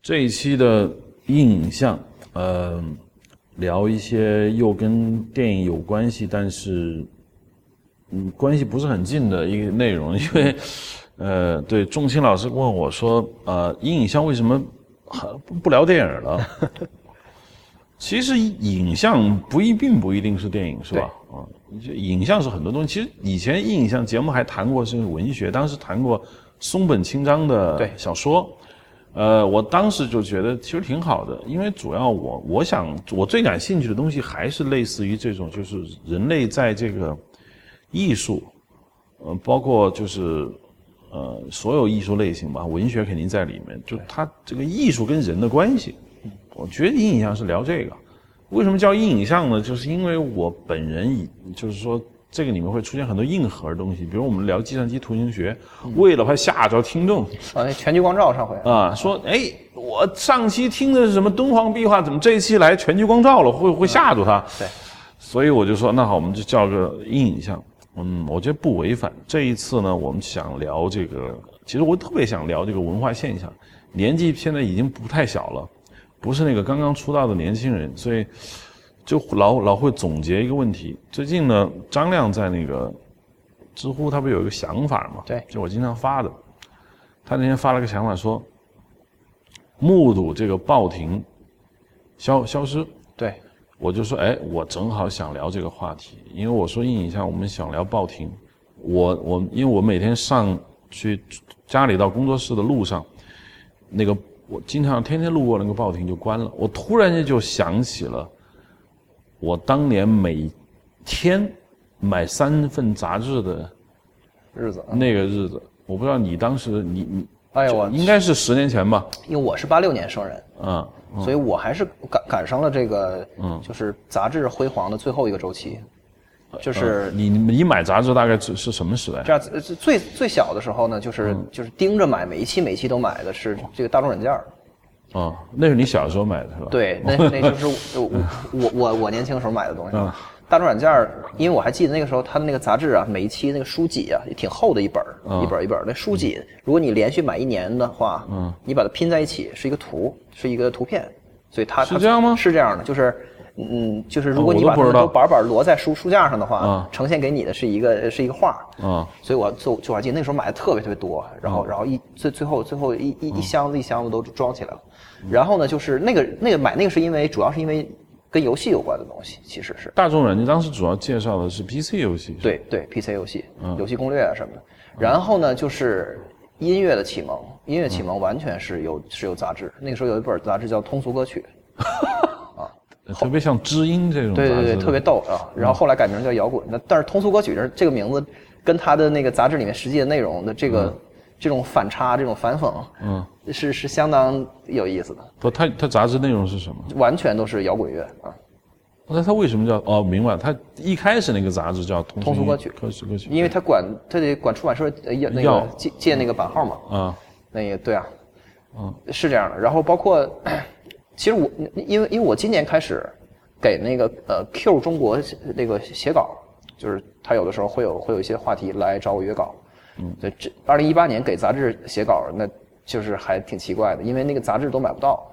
这一期的影像，聊一些又跟电影有关系，但是，关系不是很近的一个内容。因为，对，仲卿老师问我说，影像为什么不聊电影了？其实影像并不一定是电影，是吧？影像是很多东西。其实以前影像节目还谈过是文学，当时谈过松本清张的小说。我当时就觉得其实挺好的，因为主要我想我最感兴趣的东西还是类似于这种，就是人类在这个艺术，包括就是所有艺术类型吧，文学肯定在里面，就它这个艺术跟人的关系。我觉得影像是聊这个。为什么叫影像呢？就是因为我本人就是说这个里面会出现很多硬核的东西，比如我们聊计算机图形学，为了怕吓着听众那全局光照上回说我上期听的是什么敦煌壁画，怎么这一期来全局光照了，会吓住他。 对， 所以我就说那好，我们就叫个影像。我觉得不违反。这一次呢，我们想聊这个，其实我特别想聊这个文化现象。年纪现在已经不太小了，不是那个刚刚出道的年轻人，所以就老会总结一个问题。最近呢，张亮在那个知乎，他不有一个想法嘛？ 对， 就我经常发的。他那天发了个想法说，目睹这个报亭消失。 对， 我就说，我正好想聊这个话题，因为我说影像我们想聊报亭。因为我每天上去家里到工作室的路上，那个我经常天天路过那个报亭就关了。我突然间就想起了我当年每天买3份杂志的日子， 那个日子。我不知道你当时你我应该是10年前吧？ 因为我是86年生人，所以我还是赶上了这个，就是杂志辉煌的最后一个周期。就是你买杂志大概是什么时代？ 这样最小的时候呢，就是盯着买，每一期都买的是这个大众软件。 那是你小时候买的是吧？ 对，那就是我年轻时候买的东西。大众软件，因为我还记得那个时候它的那个杂志啊，每一期那个书籍啊也挺厚的一本一本。那书籍如果你连续买1年的话，你把它拼在一起是一个图，是一个图片，所以它是这样吗？ 是这样的，就是如果你把它们都板摞在书架上的话，呈现给你的是一个画。所以我就还记得那个时候买的特别多，然后最后一箱子一箱子都装起来了。然后呢，就是那个买那个是主要是因为跟游戏有关的东西，其实是。 大众软件当时主要介绍的是 PC 游戏。 对 PC 游戏，游戏攻略啊什么的。然后呢，就是音乐的启蒙完全是有杂志。那个时候有一本杂志叫《通俗歌曲》。 特别像知音这种杂志。 对，特别逗啊！然后后来改名叫摇滚。但是通俗歌曲这个名字跟他的那个杂志里面实际的内容的这种反差、这种反讽，是相当有意思的。 不，他杂志内容是什么？ 完全都是摇滚乐啊。 那他为什么叫明白？他一开始那个杂志叫通俗歌曲， 因为他得管出版社那个借那个版号嘛。那个对啊，是这样的。然后包括。其实因为我今年开始给那个Q 中国那个写稿，就是他有的时候会有一些话题来找我约稿。对，这2018年给杂志写稿，那就是还挺奇怪的，因为那个杂志都买不到。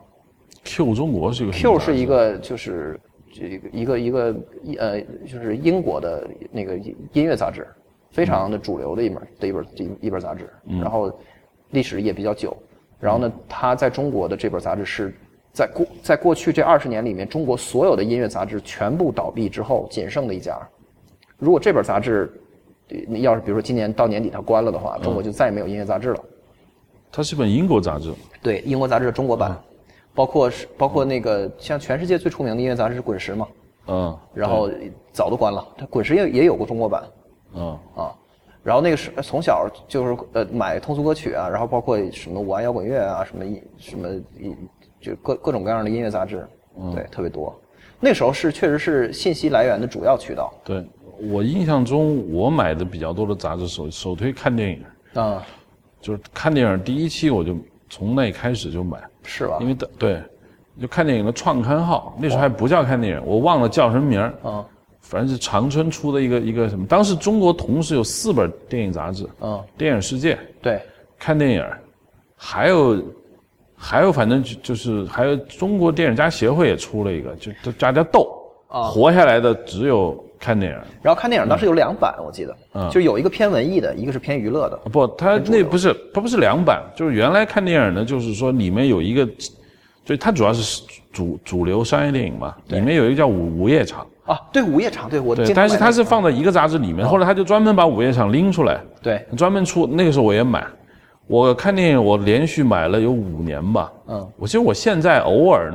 Q 中国是一个 Q 是一个就是一个就是英国的那个音乐杂志，非常的主流的一本杂志，然后历史也比较久。然后呢，他在中国的这本杂志是。在过去这20年里面，中国所有的音乐杂志全部倒闭之后，仅剩的一家。如果这本杂志要是比如说今年到年底它关了的话，中国就再也没有音乐杂志了。 它是本英国杂志。 对，英国杂志的中国版，包括那个像全世界最出名的音乐杂志是滚石嘛。然后早都关了，它滚石也有过中国版。然后那个是从小就是买通俗歌曲啊，然后包括什么晚摇滚乐啊，什么就各种各样的音乐杂志，对，特别多。那时候确实是信息来源的主要渠道。 对，我印象中我买的比较多的杂志首推看电影。就是看电影第一期我就从那开始就买。 是吧？ 因为对，就看电影的创刊号，那时候还不叫看电影，我忘了叫什么名。反正是长春出的一个什么，当时中国同时有4本电影杂志。电影世界。 对。 看电影，还有还有反正就是还有中国电影家协会也出了一个，就叫斗，活下来的只有看电影。 然后看电影当时有2版，我记得，就有一个偏文艺的，一个是偏娱乐的。 不，它不是2版，就是原来看电影呢，就是说里面有一个，就它主要是主流商业电影嘛，里面有一个叫午夜场。 啊，对，午夜场，对我对，但是它是放在一个杂志里面，后来他就专门把午夜场拎出来， 对， 专门出。那个时候我也买，我看电影我连续买了有5年吧。其实我现在偶尔，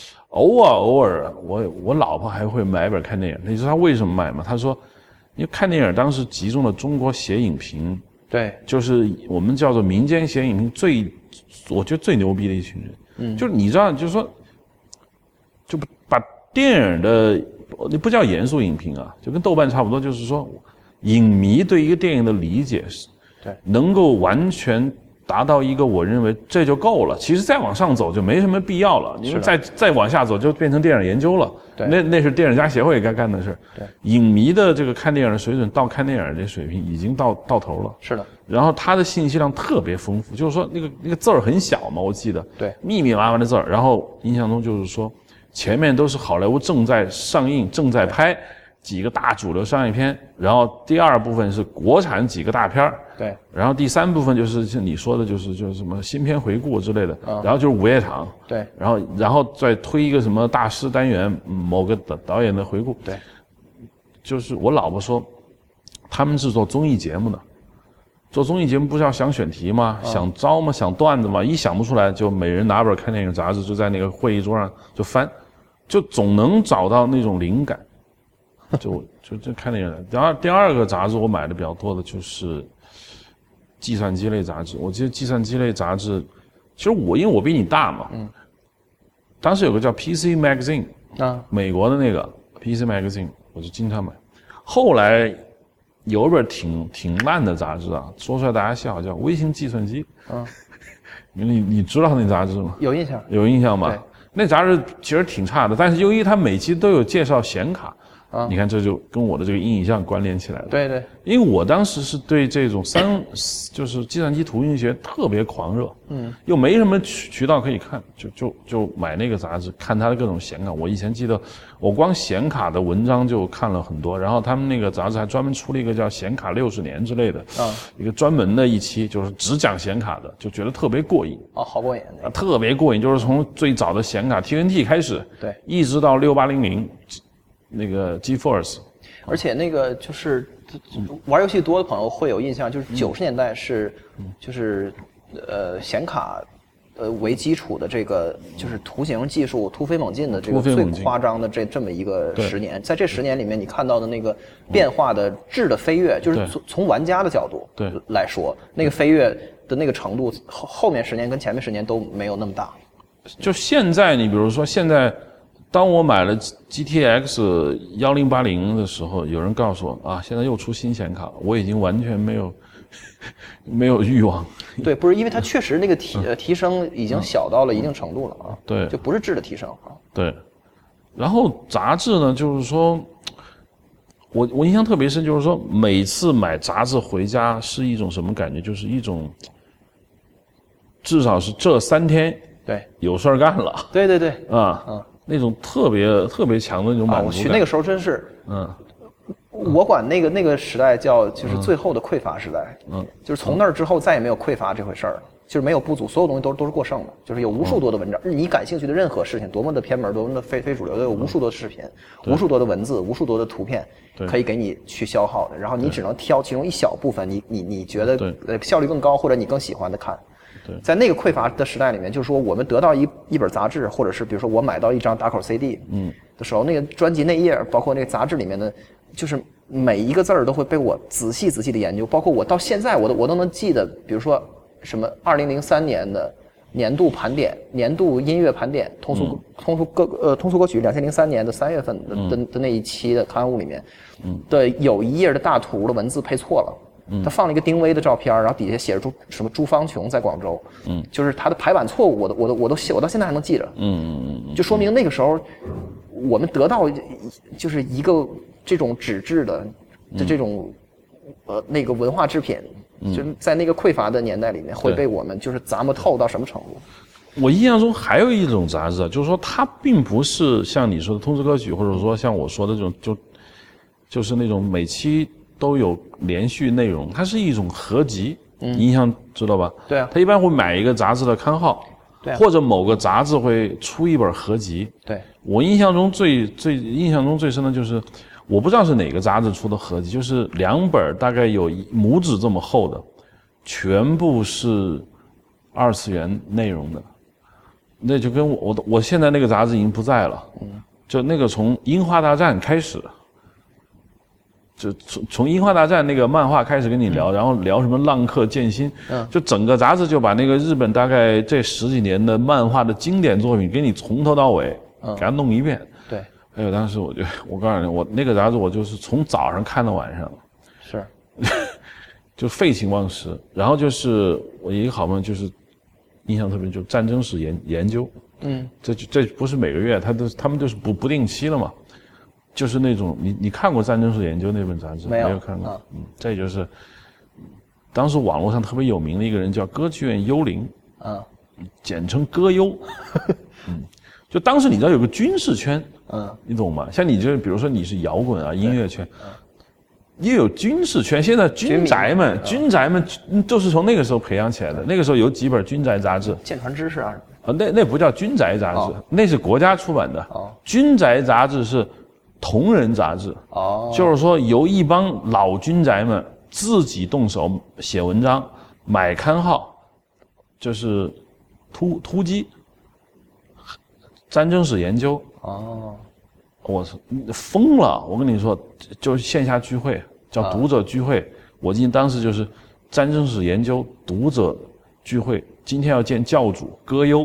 我老婆还会买一本看电影。你知道她为什么买吗？她说，因为看电影当时集中了中国写影评， 对， 就是我们叫做民间写影评我觉得最牛逼的一群人。就是你知道，就是说，就把电影的。你不叫严肃影评啊，就跟豆瓣差不多，就是说，影迷对一个电影的理解是， 对， 能够完全达到一个我认为这就够了。其实再往上走就没什么必要了，因为再往下走就变成电影研究了。 对， 那是电影家协会该干的事。 对， 影迷的这个看电影的水准到看电影的水平已经到头了。 是的。 然后他的信息量特别丰富，就是说那个字儿很小嘛，我记得， 对， 密密麻麻的字儿。然后印象中就是说。前面都是好莱坞正在上映、正在拍几个大主流商业片，然后第2部分是国产几个大片儿， 对， 然后第3部分就是像你说的，就是什么新片回顾之类的，然后就是午夜场， 对， 然后再推一个什么大师单元，某个导演的回顾， 对， 就是我老婆说，他们是做综艺节目的。做综艺节目不是要想选题吗？想招吗？想段子吗？一想不出来，就每人拿本看电影杂志，就在那个会议桌上就翻，就总能找到那种灵感。就看电影。第二个杂志我买的比较多的就是计算机类杂志。我记得计算机类杂志，其实因为我比你大嘛，当时有个叫 PC Magazine 美国的那个 PC Magazine， 我就经常买。后来。有一本挺烂的杂志啊，说出来大家笑，叫《微型计算机》。你知道那杂志吗？ 有印象。 有印象吗？那杂志其实挺差的，但是由于它每期都有介绍显卡，你看这就跟我的这个印象关联起来了。 对对。 因为我当时是对这种就是计算机图形学特别狂热，又没什么渠道可以看，就买那个杂志，看它的各种显卡。我以前记得，我光显卡的文章就看了很多，然后他们那个杂志还专门出了一个叫《显卡60年》之类的，一个专门的一期，就是只讲显卡的，就觉得特别过瘾。 好过瘾。 特别过瘾，就是从最早的显卡 TNT 开始， 对，一直到6800。那个 GeForce， 而且那个就是玩游戏多的朋友会有印象，就是90年代是，就是显卡为基础的这个就是图形技术突飞猛进的这个最夸张的这么一个10年，在这10年里面你看到的那个变化的质的飞跃，就是从玩家的角度来说，那个飞跃的那个程度，后面10年跟前面10年都没有那么大。 就现在你比如说现在。当我买了 GTX 1080的时候，有人告诉我啊，现在又出新显卡了，我已经完全没有欲望。 对，不是因为它确实那个提升已经小到了一定程度了啊。 对， 就不是质的提升啊。 对，然后杂志呢，就是说，我印象特别深，就是说每次买杂志回家是一种什么感觉？就是一种，至少是这3天对有事儿干了。 对对对那种特别强的那种满足感。 我去那个时候真是，我管那个时代叫就是最后的匮乏时代，就是从那儿之后再也没有匮乏这回事儿了，就是没有不足，所有东西都是过剩的，就是有无数多的文章，你感兴趣的任何事情，多么的偏门，多么的非主流，都有无数多的视频，无数多的文字，无数多的图片，可以给你去消耗的，然后你只能挑其中一小部分，你觉得效率更高或者你更喜欢的看。在那个匮乏的时代里面，就是说我们得到一本杂志，或者是比如说我买到一张打口 CD，的时候，那个专辑内页，包括那个杂志里面的，就是每一个字儿都会被我仔细的研究，包括我到现在我都能记得，比如说什么2003年的年度盘点、年度音乐盘点、通俗歌曲2003年的3月份的那一期的刊物里面，的有一页的大图的文字配错了。他放了一个丁薇的照片，然后底下写着什么朱芳琼在广州，就是他的排版错误，我到现在还能记着，就说明那个时候我们得到就是一个这种纸质的这种那个文化制品，就是在那个匮乏的年代里面会被我们就是咂摸透到什么程度？ 我印象中还有一种杂志，就是说它并不是像你说的通识歌曲，或者说像我说的这种就是那种每期都有连续内容，它是一种合集。印象知道吧？ 对啊。 它一般会买一个杂志的刊号， 对啊， 或者某个杂志会出一本合集。 对， 我印象中最深的就是，我不知道是哪个杂志出的合集，就是2本大概有拇指这么厚的，全部是2次元内容的。那就跟我现在那个杂志已经不在了，就那个从樱花大战开始，就从樱花大战那个漫画开始跟你聊，然后聊什么浪客剑心，就整个杂志就把那个日本大概这10几年的漫画的经典作品给你从头到尾给它弄一遍。 对， 哎呦，当时我告诉你，我那个杂志我就是从早上看到晚上， 是， 就废寝忘食。然后就是我一个好朋友就是印象特别，就战争史研究，这不是每个月，他们就是不定期了嘛，就是那种你看过战争史研究那本杂志？ 没有看过，这就是当时网络上特别有名的一个人叫歌剧院幽灵，简称歌幽，就当时你知道有个军事圈，你懂吗？像你就比如说你是摇滚啊音乐圈。也有军事圈，现在军宅们都是从那个时候培养起来的。那个时候有几本军宅杂志， 舰船知识啊， 那不叫军宅杂志，那是国家出版的。军宅杂志是同人杂志，就是说由一帮老军宅们自己动手写文章，买刊号，就是突击战争史研究。我操，疯了！我跟你说，就是线下聚会，叫读者聚会。我记得当时就是战争史研究读者聚会，今天要见教主歌幽，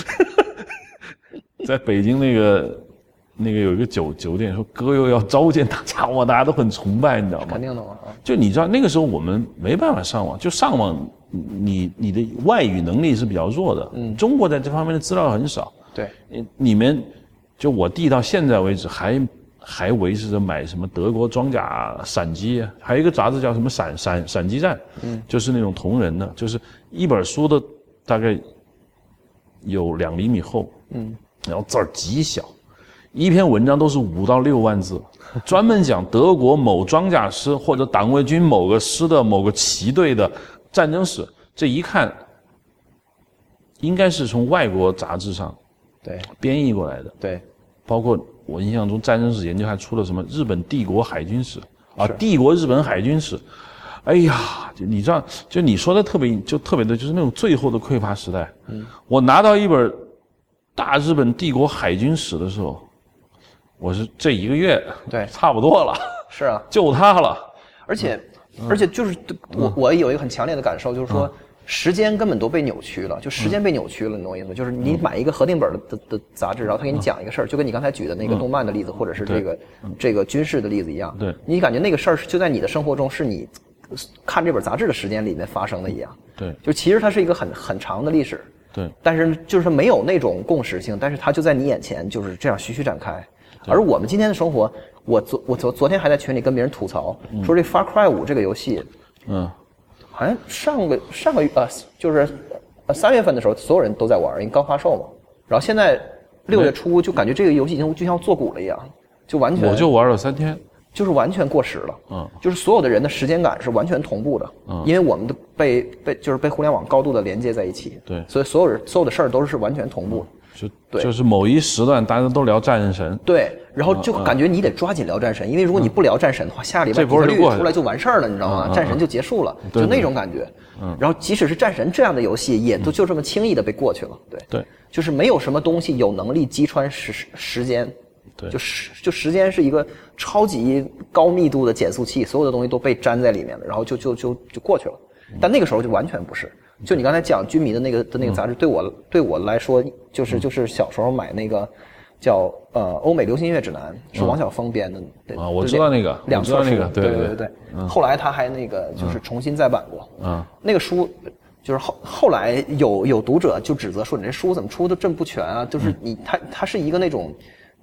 在北京那个有一个酒店，说歌幽要召见大家，大家都很崇拜，你知道吗？ 肯定的嘛。 就你知道那个时候我们没办法上网，就上网，你的外语能力是比较弱的。中国在这方面的资料很少。 对， 你们。就我弟到现在为止还维持着买什么德国装甲闪击，还有一个杂志叫什么闪击战，就是那种同人的，就是一本书的大概有2厘米厚，然后字儿极小，一篇文章都是5到6万字，专门讲德国某装甲师或者党卫军某个师的某个旗队的战争史，这一看应该是从外国杂志上对编译过来的。 对， 包括我印象中战争史研究还出了什么日本帝国海军史啊，帝国日本海军史。哎呀，就你知道，就你说的特别的，就是那种最后的匮乏时代。我拿到一本大日本帝国海军史的时候，我是这1个月对差不多了。 是啊， 就它了。 而且就是我有一个很强烈的感受，就是说。时间根本都被扭曲了，就时间被扭曲了，你懂我意思吗？就是你买一个核定本的杂志，然后他给你讲一个事儿，就跟你刚才举的那个动漫的例子，或者是这个军事的例子一样。 对， 你感觉那个事儿就在你的生活中，是你看这本杂志的时间里面发生的一样。 对， 就其实它是一个很长的历史。 对， 但是就是没有那种共识性，但是它就在你眼前，就是这样徐徐展开。而我们今天的生活，我昨天还在群里跟别人吐槽，说这 Far Cry 5这个游戏，好像上个月就是3月份的时候，所有人都在玩，因为刚发售嘛。然后现在6月初就感觉这个游戏已经就像做古了一样，就完全我就玩了3天， 就是完全过时了。就是所有的人的时间感是完全同步的。因为我们的被互联网高度的连接在一起。 对， 所以所有的事儿都是完全同步的。 就是某一时段大家都聊战神， 对，然后就感觉你得抓紧聊战神，因为如果你不聊战神的话，下礼拜底特律出来就完事儿了，你知道吗？战神就结束了，就那种感觉。然后即使是战神这样的游戏，也都就这么轻易的被过去了。对，就是没有什么东西有能力击穿时间。对，就时间是一个超级高密度的减速器，所有的东西都被粘在里面了，然后就过去了。但那个时候就完全不是。就你刚才讲军迷的那个杂志，对我来说，就是小时候买那个叫欧美流行音乐指南，是王晓峰编的。 我知道那个 2册书， 对。 后来他还那个就是重新再版过。那个书就是后来有读者就指责说你这书怎么出的这么不全啊？就是它是一个那种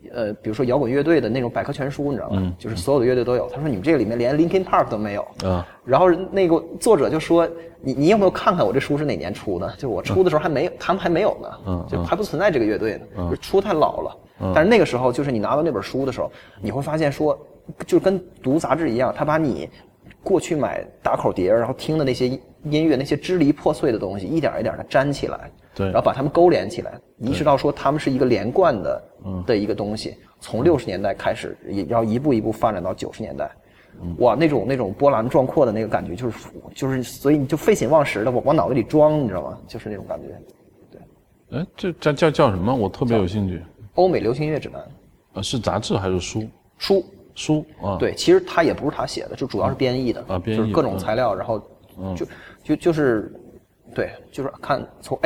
比如说摇滚乐队的那种百科全书，你知道吗？就是所有的乐队都有。他说你们这个里面连 Linkin Park 都没有。然后那个作者就说你有没有看看我这书是哪年出的？就我出的时候还没有，他们还没有呢，就还不存在这个乐队呢，就出太老了。但是那个时候，就是你拿到那本书的时候，你会发现说，就跟读杂志一样，他把你过去买打口碟然后听的那些音乐，那些支离破碎的东西，一点一点的粘起来。 对， 然后把它们勾连起来，意识到说它们是一个连贯的一个东西，从60年代开始，然后一步一步发展到90年代，哇，那种波澜壮阔的那个感觉，就是，所以你就废寝忘食的往脑子里装，你知道吗？就是那种感觉。 对，哎，这叫什么？我特别有兴趣。 欧美流行音乐指南。 是杂志还是书？书啊。 对，其实它也不是他写的，就主要是编译的编译就是各种材料，然后就是。对，就是看从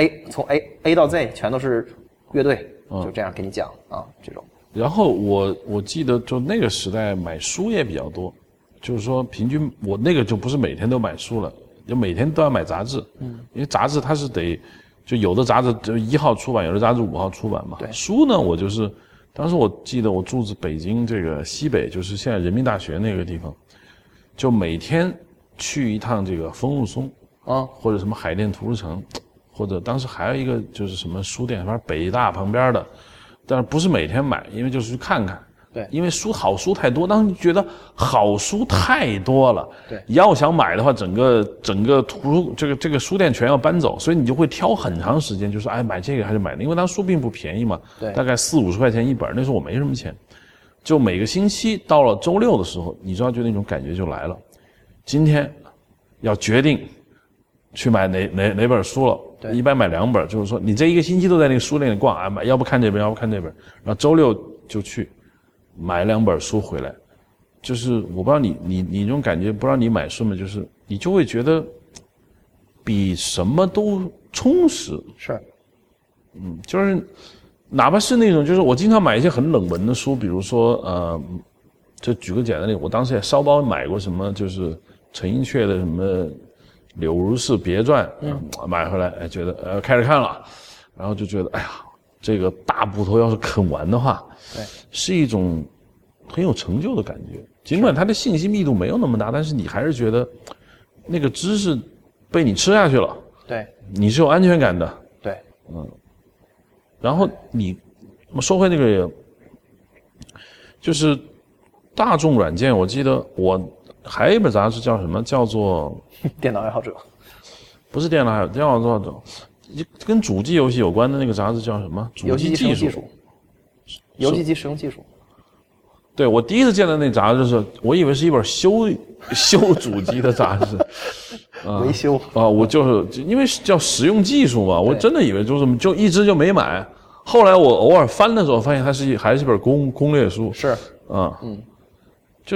A 到 Z 全都是乐队，就这样给你讲啊这种。 然后我记得就那个时代买书也比较多，就是说平均我那个就不是每天都买书了，就每天都要买杂志，因为杂志它是得就有的杂志就1号出版，有的杂志5号出版嘛。 对， 书呢我就是当时我记得我住在北京这个西北，就是现在人民大学那个地方，就每天去一趟这个丰禄松。或者什么海淀图书城，或者当时还有一个就是什么书店，反正北大旁边的，但是不是每天买，因为就是去看看。 对， 因为好书太多，当时觉得好书太多了。 对， 要想买的话，整个这个书店全要搬走，所以你就会挑很长时间，就说哎买这个还是买那个，因为当时书并不便宜嘛， 对， 大概40-50块钱一本，那时候我没什么钱，就每个星期到了周六的时候，你知道就那种感觉就来了，今天要决定。去买哪本书了？ 对， 一般买2本，就是说你这一个星期都在那个书店里逛啊，买要不看这本，要不看这本，然后周六就去买2本书回来。就是我不知道你这种感觉，不知道你买书吗？就是你就会觉得比什么都充实。 是， 就是哪怕是那种，就是我经常买一些很冷门的书，比如说就举个简单的，我当时也稍包买过什么，就是陈寅恪的什么。柳如是别传，买回来，哎，觉得开始看了，然后就觉得，哎呀，这个大部头要是啃完的话， 对， 是一种很有成就的感觉。尽管它的信息密度没有那么大，但是你还是觉得那个知识被你吃下去了， 对， 你是有安全感的， 对， 然后我说回那个，就是大众软件，我记得我。还有一本杂志叫什么？叫做电脑爱好者， 不是电脑爱好者，跟主机游戏有关的那个杂志叫什么？ 游戏技术，游戏机使用技术。 对，我第一次见到那杂志是，我以为是一本修主机的杂志， 维修啊，我就是因为叫实用技术嘛，我真的以为就一直就没买。后来我偶尔翻的时候，发现它还是一本攻略书。 是就是。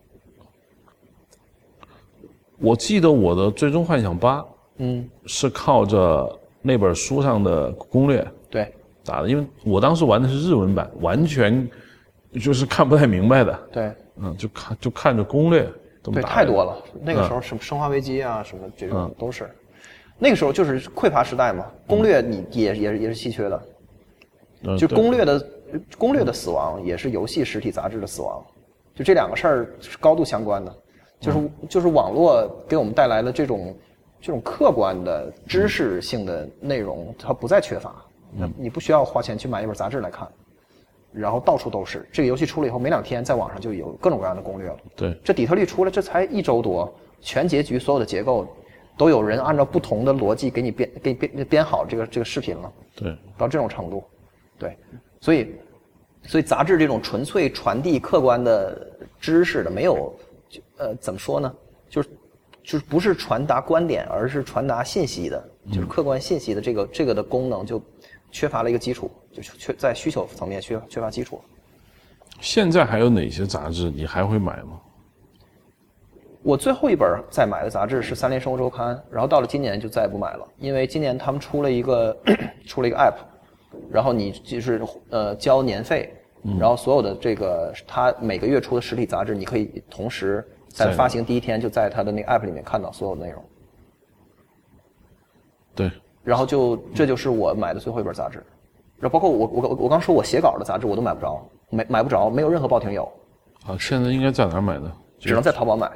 我记得我的《最终幻想8》，是靠着那本书上的攻略对打的，因为我当时玩的是日文版，完全就是看不太明白的。 对， 就看着攻略这么打。 对，太多了。那个时候什么《生化危机》啊，什么这种都是。那个时候就是匮乏时代嘛，攻略你也是稀缺的。就攻略的死亡也是游戏实体杂志的死亡，就这2个事儿是高度相关的。就是网络给我们带来的这种客观的知识性的内容，它不再缺乏。你不需要花钱去买一本杂志来看，然后到处都是。这个游戏出了以后，没2天在网上就有各种各样的攻略了。 对， 这底特律出来这才1周多，全结局所有的结构都有人按照不同的逻辑给你编好这个视频了。 对， 到这种程度，对，所以杂志这种纯粹传递客观的知识的没有。怎么说呢？就是不是传达观点，而是传达信息的，就是客观信息的这个的功能就缺乏了一个基础，就在需求层面缺乏基础。 现在还有哪些杂志你还会买吗？ 我最后一本在买的杂志是《3联生活周刊》，然后到了今年就再也不买了，因为今年他们出了一个 app， 然后你就是交年费。然后所有的这个他每个月出的实体杂志，你可以同时在发行第一天就在他的那个 app 里面看到所有的内容。 对。 然后这就是我买的最后一本杂志。 然后包括我刚说我写稿的杂志我都买不着，买不着，没有任何报亭有。 啊，现在应该在哪儿买的？ 只能在淘宝买。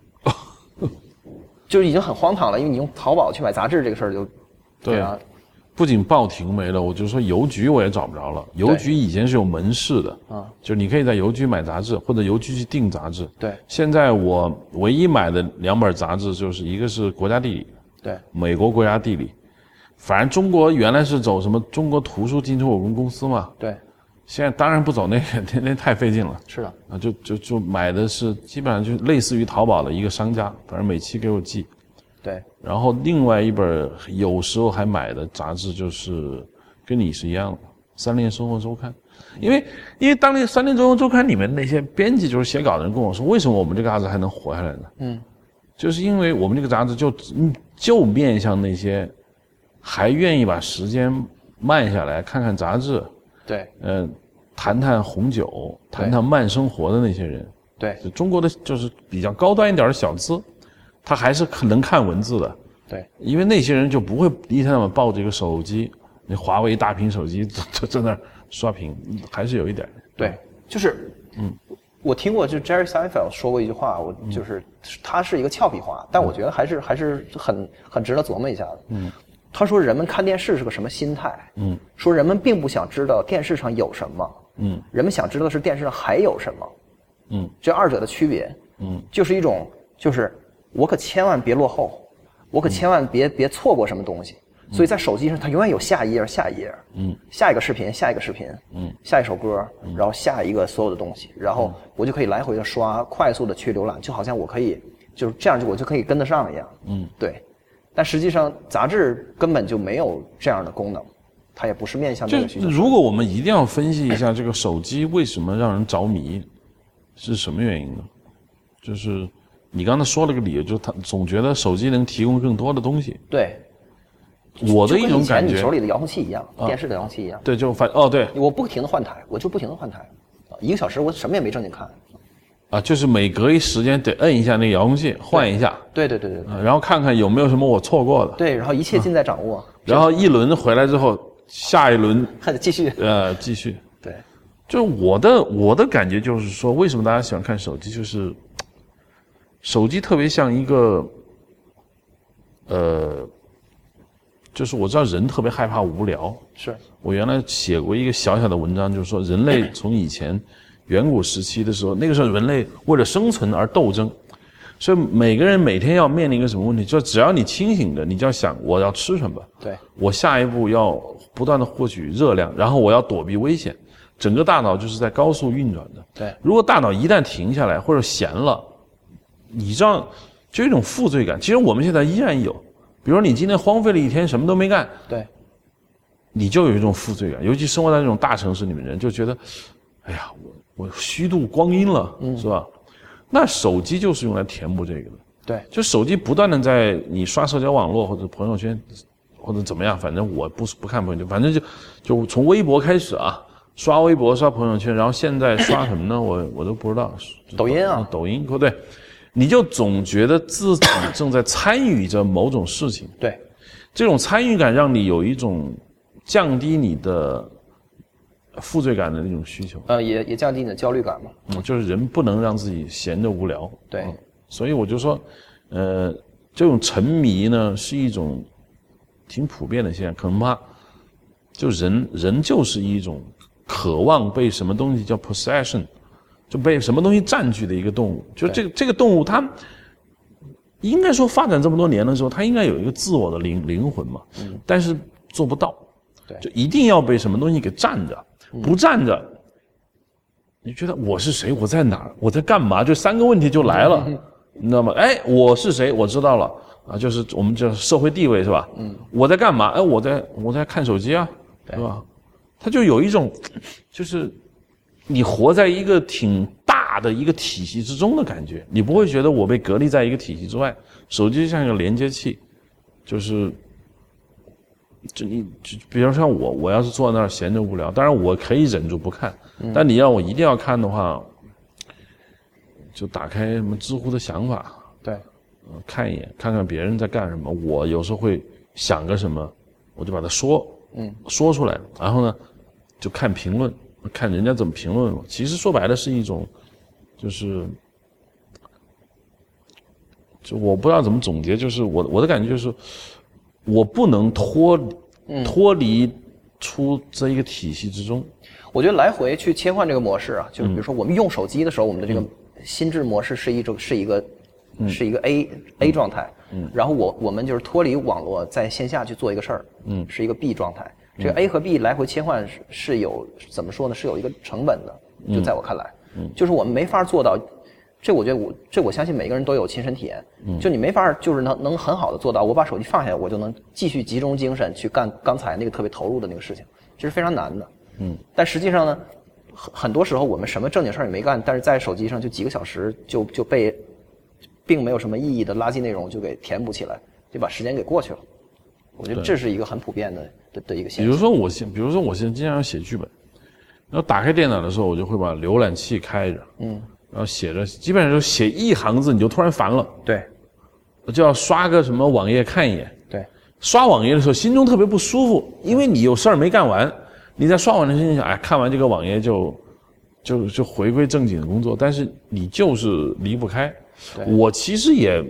就是已经很荒唐了，因为你用淘宝去买杂志这个事儿就， 对啊，不仅报亭没了，我就说邮局我也找不着了。邮局以前是有门市的，就是你可以在邮局买杂志，或者邮局去订杂志。 对， 现在我唯一买的2本杂志，就是一个是国家地理， 对， 美国国家地理，反正中国原来是走什么中国图书进出口有限公司嘛， 对， 现在当然不走那个，那太费劲了。 是的， 啊，就买的是基本上就类似于淘宝的一个商家，反正每期给我寄。 对， 然后另外一本有时候还买的杂志就是跟你是一样的《三联生活周刊》，因为当年《三联生活周刊》里面那些编辑就是写稿的人跟我说，为什么我们这个杂志还能活下来呢？就是因为我们这个杂志就面向那些还愿意把时间慢下来看看杂志， 对， 谈谈红酒，谈谈慢生活的那些人。 对， 中国的就是比较高端一点的小资，他还是能看文字的。 对， 因为那些人就不会一天到晚抱着一个手机，那华为大屏手机就在那儿刷屏，还是有一点。 对，就是我听过，就是 Jerry Seinfeld 说过一句话，我就是他是一个俏皮话，但我觉得还是很值得琢磨一下的。他说人们看电视是个什么心态？说人们并不想知道电视上有什么，人们想知道的是电视上还有什么。这二者的区别，就是一种就是我可千万别落后，我可千万别错过什么东西。所以在手机上它永远有下一页，下一个视频，下一个视频，下一首歌，然后下一个所有的东西，然后我就可以来回的刷，快速的去浏览，就好像我可以就是这样，我就可以跟得上一样。对。但实际上杂志根本就没有这样的功能，它也不是面向这个需求。 如果我们一定要分析一下这个手机为什么让人着迷，是什么原因呢？就是你刚才说了个理由，就是他总觉得手机能提供更多的东西。 对， 我的一种感觉，就跟以前你手里的遥控器一样，电视的遥控器一样。 对，就对， 我不停的换台，我就不停的换台，1个小时我什么也没正经看。 就是每隔一时间得摁一下那个遥控器，换一下。 对， 然后看看有没有什么我错过的。 对，然后一切尽在掌握。 然后一轮回来之后，下一轮还得继续。 继续。 对， 就我的感觉就是说，为什么大家喜欢看手机？就是手机特别像一个，就是我知道人特别害怕无聊。 是我原来写过一个小小的文章，就是说人类从以前远古时期的时候，那个时候人类为了生存而斗争，所以每个人每天要面临一个什么问题？就只要你清醒的，你就要想我要吃什么， 对， 我下一步要不断的获取热量，然后我要躲避危险，整个大脑就是在高速运转的。 对， 如果大脑一旦停下来或者闲了，你这样就有一种负罪感。其实我们现在依然有，比如说你今天荒废了一天什么都没干， 对， 你就有一种负罪感。尤其生活在这种大城市里面，人就觉得，哎呀，我虚度光阴了，是吧？那手机就是用来填补这个的。 对， 就手机不断的在你刷社交网络或者朋友圈，或者怎么样，反正我不看朋友圈，反正就从微博开始啊，刷微博刷朋友圈，然后现在刷什么呢？我都不知道。 抖音啊， 抖音，对，你就总觉得自己正在参与着某种事情。 对， 这种参与感让你有一种降低你的负罪感的那种需求， 也降低你的焦虑感嘛。 就是人不能让自己闲着无聊。 对， 所以我就说，这种沉迷呢是一种挺普遍的现象，可能吧，就人就是一种渴望被什么东西叫 possession， 就被什么东西占据的一个动物。就这个动物，它应该说发展这么多年的时候，它应该有一个自我的灵魂嘛，但是做不到。 对， 就一定要被什么东西给占着。不站着，你觉得我是谁？我在哪儿？我在干嘛？这3个问题就来了，你知道吗？我是谁？我知道了啊，就是我们叫社会地位是吧？我在干嘛？我在看手机啊，对吧？它就有一种，就是你活在一个挺大的一个体系之中的感觉，你不会觉得我被隔离在一个体系之外。手机就像一个连接器，就是。就比如像我要是坐在那儿闲着无聊，当然我可以忍住不看，但你让我一定要看的话，就打开什么知乎的想法， 对， 看一眼，看看别人在干什么。我有时候会想个什么，我就把它说出来，然后呢， 就看评论，看人家怎么评论了。其实说白了是一种，就我不知道怎么总结，就是我的感觉就是，我不能脱离出这一个体系之中。 我觉得来回去切换这个模式啊，就是比如说我们用手机的时候，我们的这个心智模式是一个 A 状态，然后我们就是脱离网络，在线下去做一个事儿，是一个 B 状态。这个 A 和 B 来回切换是有怎么说呢？是有一个成本的，就在我看来，就是我们没法做到。这我觉得我相信每个人都有亲身体验，就你没法就是能很好的做到，我把手机放下，我就能继续集中精神去干刚才那个特别投入的那个事情，这是非常难的。但实际上呢，很多时候我们什么正经事儿也没干，但是在手机上就几个小时就被并没有什么意义的垃圾内容就给填补起来，就把时间给过去了。我觉得这是一个很普遍的一个现象。 比如说我现在经常要写剧本，然后打开电脑的时候，我就会把浏览器开着，然后写着，基本上就写一行字，你就突然烦了， 对， 就要刷个什么网页看一眼， 对， 刷网页的时候心中特别不舒服，因为你有事儿没干完，你在刷网的时候想，哎，看完这个网页就回归正经的工作，但是你就是离不开。我其实也，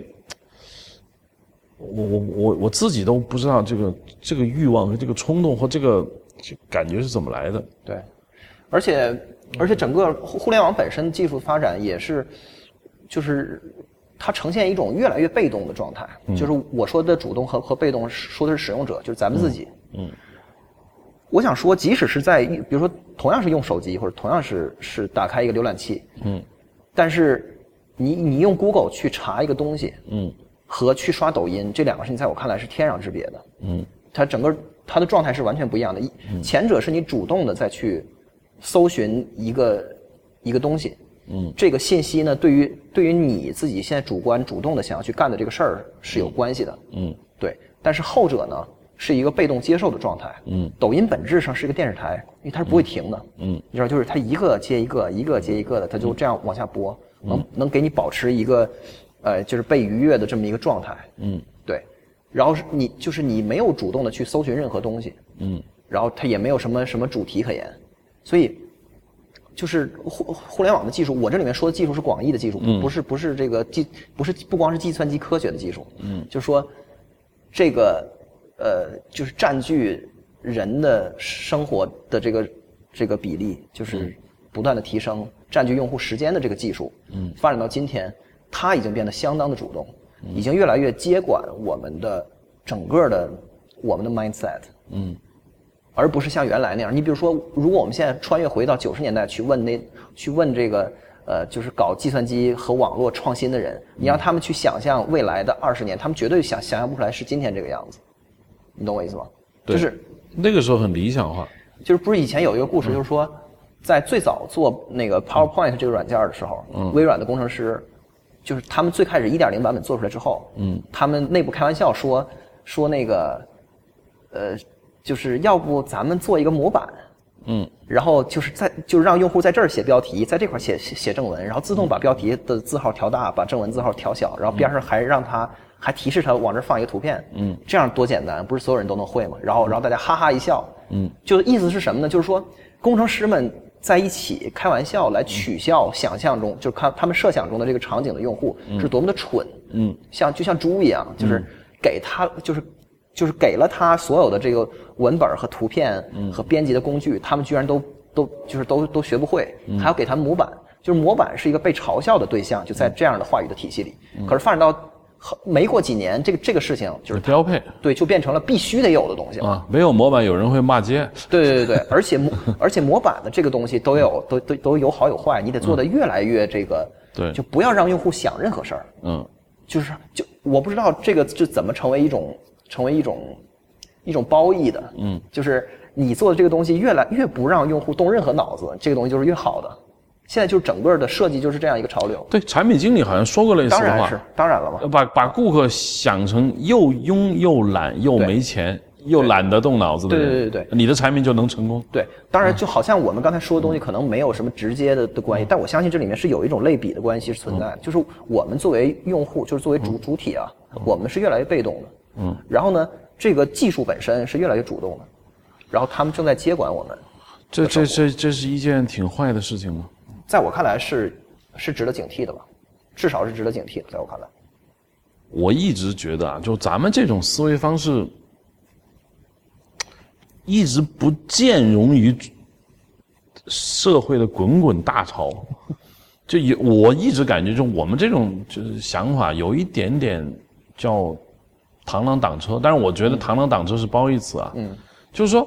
我自己都不知道这个欲望和这个冲动或这个感觉是怎么来的。 对，而且整个互联网本身技术发展也是，就是它呈现一种越来越被动的状态。就是我说的主动和被动，说的是使用者，就是咱们自己。我想说，即使是在比如说同样是用手机，或者同样是打开一个浏览器，但是你用 Google 去查一个东西，和去刷抖音，这两个事情在我看来是天壤之别的。它整个它的状态是完全不一样的。前者是你主动的再去搜寻一个东西，这个信息呢，对于你自己现在主动的想要去干的这个事儿是有关系的，对。但是后者呢，是一个被动接受的状态，抖音本质上是一个电视台，因为它是不会停的，你知道，就是它一个接一个，一个接一个的，它就这样往下播，能给你保持一个，就是被愉悦的这么一个状态，对。然后你没有主动的去搜寻任何东西，然后它也没有什么主题可言。所以，就是互联网的技术，我这里面说的技术是广义的技术，不是这个不光是计算机科学的技术，就是说，这个就是占据人的生活的这个比例，就是不断的提升，占据用户时间的这个技术，发展到今天，它已经变得相当的主动，已经越来越接管我们的整个的我们的 mindset，而不是像原来那样。你比如说，如果我们现在穿越回到90年代去问这个就是搞计算机和网络创新的人，你让他们去想象未来的20年，他们绝对想象不出来是今天这个样子。你懂我意思吗？就是那个时候很理想化。 就是不是以前有一个故事，就是说，在最早做那个 PowerPoint 这个软件的时候，微软的工程师，就是他们最开始 1.0 版本做出来之后，他们内部开玩笑说那个就是要不咱们做一个模板，然后就是让用户在这儿写标题，在这块写正文，然后自动把标题的字号调大，把正文字号调小，然后边上还提示他往这儿放一个图片，这样多简单，不是所有人都能会吗？然后大家哈哈一笑，就意思是什么呢？就是说工程师们在一起开玩笑来取笑想象中，就是看他们设想中的这个场景的用户是多么的蠢，就像猪一样，就是给他就是给了他所有的这个文本和图片和编辑的工具，他们居然都学不会，还要给他们模板，就是模板是一个被嘲笑的对象，就在这样的话语的体系里。可是发展到没过几年，这个事情就是标配， 对，就变成了必须得有的东西了。 没有模板，有人会骂街。对， 而且模板的这个东西都有好有坏，你得做得越来越这个， 对， 就不要让用户想任何事儿。就是我不知道这个是怎么成为一种褒义的，就是你做的这个东西越不让用户动任何脑子，这个东西就是越好的。现在就是整个的设计就是这样一个潮流。 对，产品经理好像说过类似的话。 当然了嘛。把顾客想成又庸又懒又没钱又懒得动脑子的人， 对， 你的产品就能成功。 对，当然就好像我们刚才说的东西可能没有什么直接的关系，但我相信这里面是有一种类比的关系是存在的，就是我们作为用户，就是作为主体啊，我们是越来越被动的，然后呢，这个技术本身是越来越主动的，然后他们正在接管我们。 这是一件挺坏的事情吗？ 在我看来是值得警惕的吧，至少是值得警惕的，在我看来。 我一直觉得啊，就咱们这种思维方式，一直不见容于社会的滚滚大潮。我一直感觉，就我们这种就是想法，有一点点叫螳螂挡车，但是我觉得螳螂挡车是褒义词啊。就是说，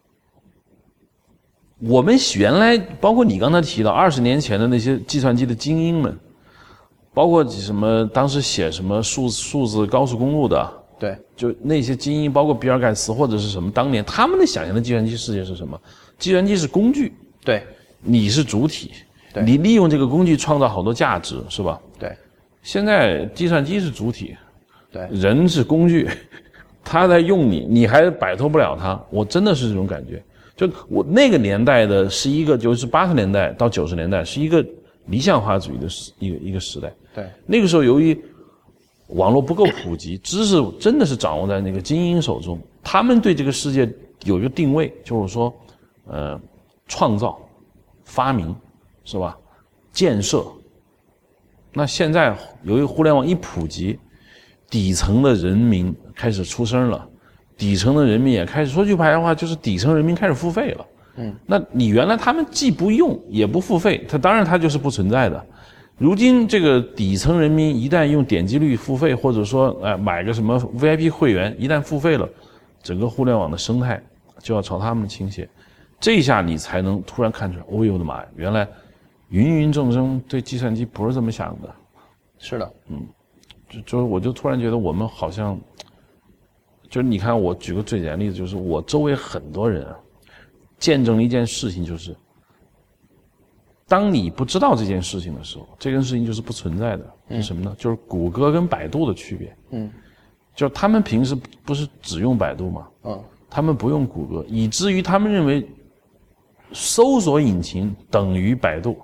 我们原来包括你刚才提到20年前的那些计算机的精英们，包括什么当时写什么数字高速公路的， 对， 就那些精英，包括比尔盖茨或者是什么，当年他们的想象的计算机世界是什么？计算机是工具， 对， 你是主体，你利用这个工具创造好多价值，是吧？ 对。 现在计算机是主体， 对， 人是工具，他在用你，你还摆脱不了他。我真的是这种感觉。就我那个年代的是一个，就是80年代到90年代是一个理想化主义的一个时代。 对， 那个时候由于网络不够普及，知识真的是掌握在那个精英手中，他们对这个世界有一个定位，就是说，创造、发明，是吧？建设。那现在由于互联网一普及，底层的人民开始出声了，底层的人民也开始，说句白话，就是底层人民开始付费了。那你原来他们既不用也不付费，当然它就是不存在的。如今这个底层人民一旦用点击率付费，或者说买个什么 VIP 会员，一旦付费了，整个互联网的生态就要朝他们倾斜。这一下你才能突然看出来，哦呦我的妈呀，原来芸芸众生对计算机不是这么想的。 是的， 我就突然觉得我们好像，就是你看，我举个最简单的例子，就是我周围很多人见证了一件事情，就是当你不知道这件事情的时候，这件事情就是不存在的。是什么呢？就是谷歌跟百度的区别。就是他们平时不是只用百度吗？他们不用谷歌，以至于他们认为搜索引擎等于百度。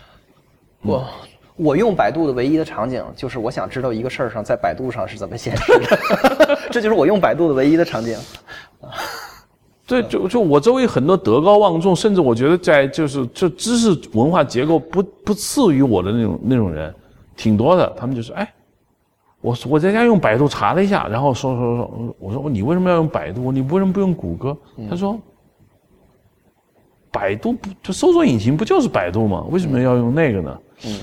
我用百度的唯一的场景就是我想知道一个事儿上在百度上是怎么显示的，这就是我用百度的唯一的场景。 对，就我周围很多德高望重，甚至我觉得在就是这知识文化结构不次于我的那种人，挺多的。他们就是我在家用百度查了一下，然后说，我说你为什么要用百度？你为什么不用谷歌？他说，百度就搜索引擎不就是百度吗？为什么要用那个呢？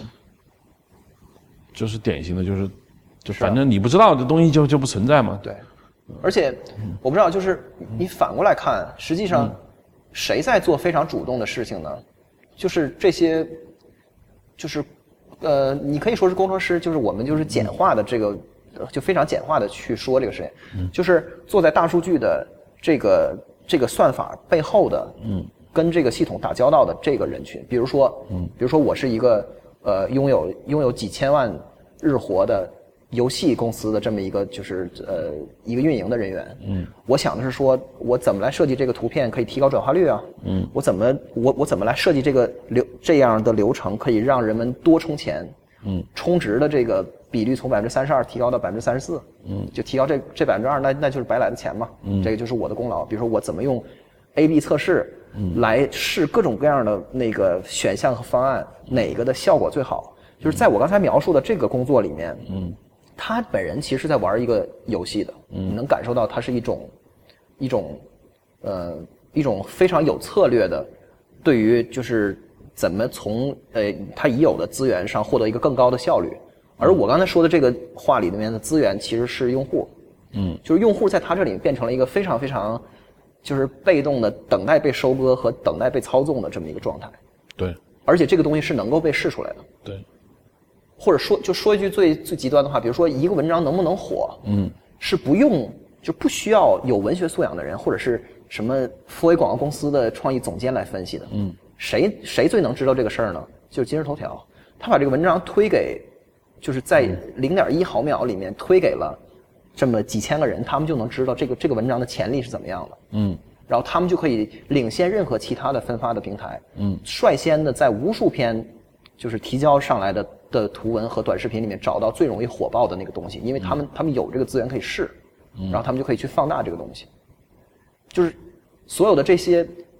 就是典型的，就反正你不知道的东西就不存在嘛。 对，而且我不知道，就是你反过来看，实际上谁在做非常主动的事情呢？就是这些，就是你可以说是工程师，就是我们就是简化的这个，就非常简化的去说这个事情，就是坐在大数据的这个算法背后的，跟这个系统打交道的这个人群，比如说我是一个拥有几千万日活的游戏公司的这么一个就是一个运营的人员，我想的是说我怎么来设计这个图片可以提高转化率啊，我怎么来设计这样的流程可以让人们多充钱，充值的这个比率从32%提高到34%，就提高这2%，那就是白来的钱嘛，这个就是我的功劳。比如说我怎么用 A/B 测试来试各种各样的那个选项和方案，哪个的效果最好？就是在我刚才描述的这个工作里面，他本人其实在玩一个游戏的，你能感受到它是一种非常有策略的，对于就是怎么从他已有的资源上获得一个更高的效率。而我刚才说的这个话里面的资源其实是用户，就是用户在他这里变成了一个非常非常就是被动的等待被收割和等待被操纵的这么一个状态。 对， 而且这个东西是能够被试出来的。 对， 或者说一句最极端的话，比如说一个文章能不能火，是不需要有文学素养的人或者是什么富威广告公司的创意总监来分析的。谁最能知道这个事儿呢？就是今日头条，他把这个文章推给，就是在0.1毫秒里面推给了这么几千个人，他们就能知道这个文章的潜力是怎么样的。然后他们就可以领先任何其他的分发的平台，率先的在无数篇就是提交上来的图文和短视频里面找到最容易火爆的那个东西，因为他们有这个资源可以试，然后他们就可以去放大这个东西。就是所有的这些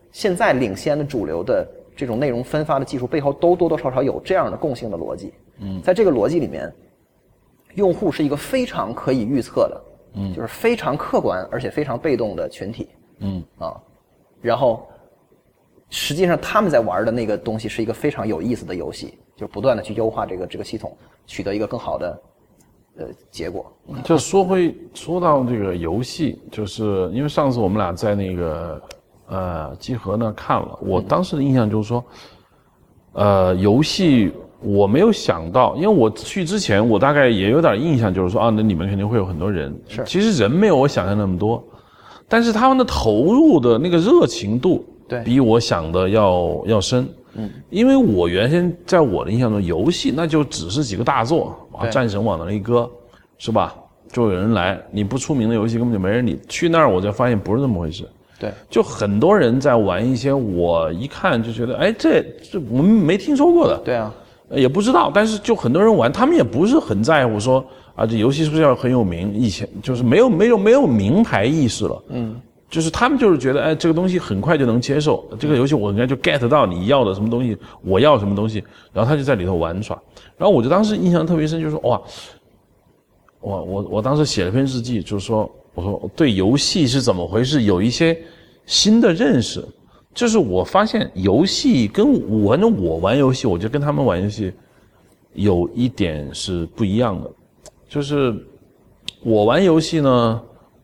现在领先的主流的这种内容分发的技术背后都多多少少有这样的共性的逻辑。在这个逻辑里面，用户是一个非常可以预测的，就是非常客观而且非常被动的群体。然后实际上他们在玩的那个东西是一个非常有意思的游戏，就是不断的去优化这个系统，取得一个更好的结果。 就说到这个游戏，就是因为上次我们俩在那个集合呢看了，我当时的印象就是说，游戏我没有想到，因为我去之前我大概也有点印象，就是说那里面肯定会有很多人， 是， 其实人没有我想象那么多，但是他们的投入的那个热情度， 对， 比我想的要深。因为我原先在我的印象中，游戏那就只是几个大作战神往那一搁，是吧？就有人来，你不出名的游戏根本就没人理。去那儿我就发现不是这么回事。 对， 就很多人在玩一些我一看就觉得，这我们没听说过的。 对啊， 也不知道，但是就很多人玩，他们也不是很在乎说这游戏是不是要很有名，以前就是没有名牌意识了。就是他们就是觉得，这个东西很快就能接受，这个游戏我应该就 get 到你要的什么东西，我要什么东西，然后他就在里头玩耍。然后我就当时印象特别深，就是说我当时写了篇日记，就是说我说对游戏是怎么回事有一些新的认识，就是我发现游戏跟反正我玩游戏，我觉得跟他们玩游戏有一点是不一样的，就是我玩游戏呢，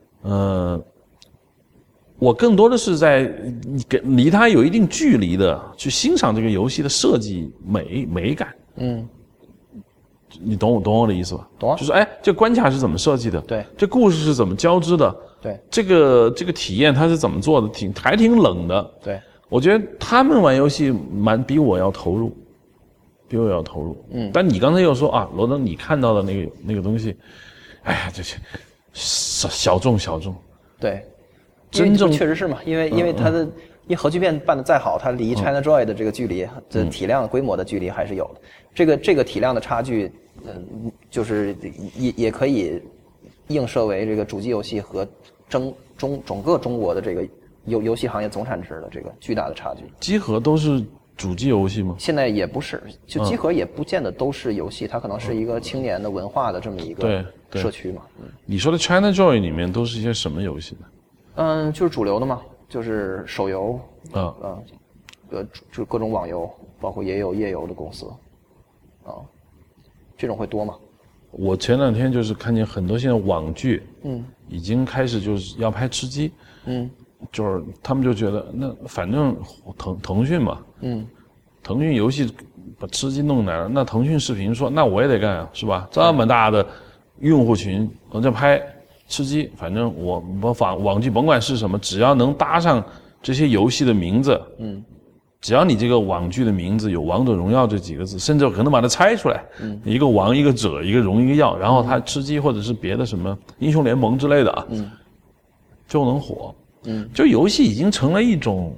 我更多的是在离它有一定距离的去欣赏这个游戏的设计美感。你懂我的意思吧？ 懂啊。 就是这关卡是怎么设计的？ 对。 这故事是怎么交织的？ 对。这个体验它是怎么做的？还挺冷的。 对。 我觉得他们玩游戏比我要投入，但你刚才又说罗登，你看到的那个东西，这些小众。 对。 真正确实是嘛，因为它的核聚变办得再好，它离 ChinaJoy 的这个距离，这体量规模的距离还是有的。这个体量的差距，就是也可以映射为这个主机游戏和整个中国的这个游戏行业总产值的这个巨大的差距。 集合都是主机游戏吗？ 现在也不是，就集合也不见得都是游戏，它可能是一个青年的文化的这么一个社区嘛。 你说的 ChinaJoy 里面都是一些什么游戏呢？ 就是主流的嘛，就是手游，就各种网游，包括也有页游的公司，这种会多吗？ 我前两天就是看见很多现在网剧，已经开始就是要拍吃鸡，就是他们就觉得那反正腾讯嘛，腾讯游戏把吃鸡弄来了，那腾讯视频说那我也得干啊，是吧？这么大的用户群，我在拍。吃鸡，反正我网剧甭管是什么，只要能搭上这些游戏的名字，只要你这个网剧的名字有王者荣耀这几个字，甚至可能把它拆出来，一个王一个者一个荣一个耀，然后它吃鸡或者是别的什么英雄联盟之类的就能火。就游戏已经成了一种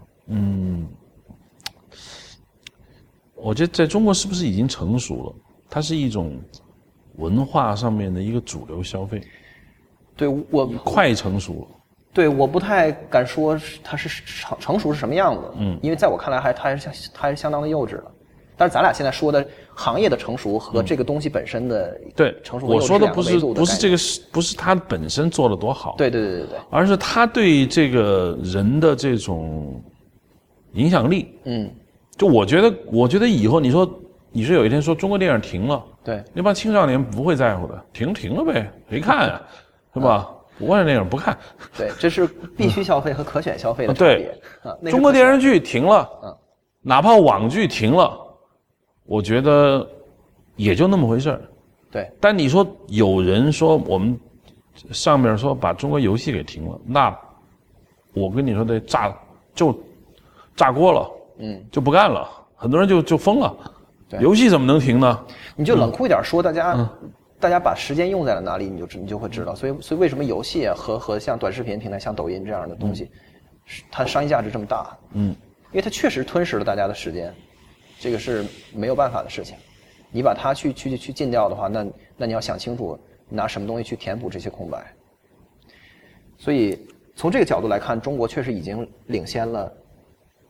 我觉得在中国是不是已经成熟了？它是一种文化上面的一个主流消费。 对，我快成熟了。 对，我不太敢说它是成熟是什么样子，因为在我看来它还是相当的幼稚的。但是咱俩现在说的行业的成熟和这个东西本身的成熟和幼稚， 我说的不是它本身做的多好， 对， 而是它对这个人的这种影响力。就我觉得以后你说有一天说中国电影停了， 对， 那帮青少年不会在乎的，停了呗，谁看啊？是吧？国外电影不看。 对，这是必须消费和可选消费的差别。 中国电视剧停了，哪怕网剧停了，我觉得也就那么回事儿。 对。 但你说有人说我们上面说把中国游戏给停了，那我跟你说得炸锅了，就不干了，很多人就疯了。游戏怎么能停呢？ 你就冷酷一点说，大家把时间用在了哪里，你就会知道。所以为什么游戏和像短视频平台、像抖音这样的东西，它商业价值这么大？因为它确实吞噬了大家的时间，这个是没有办法的事情。你把它去禁掉的话，那你要想清楚拿什么东西去填补这些空白。所以从这个角度来看，中国确实已经领先了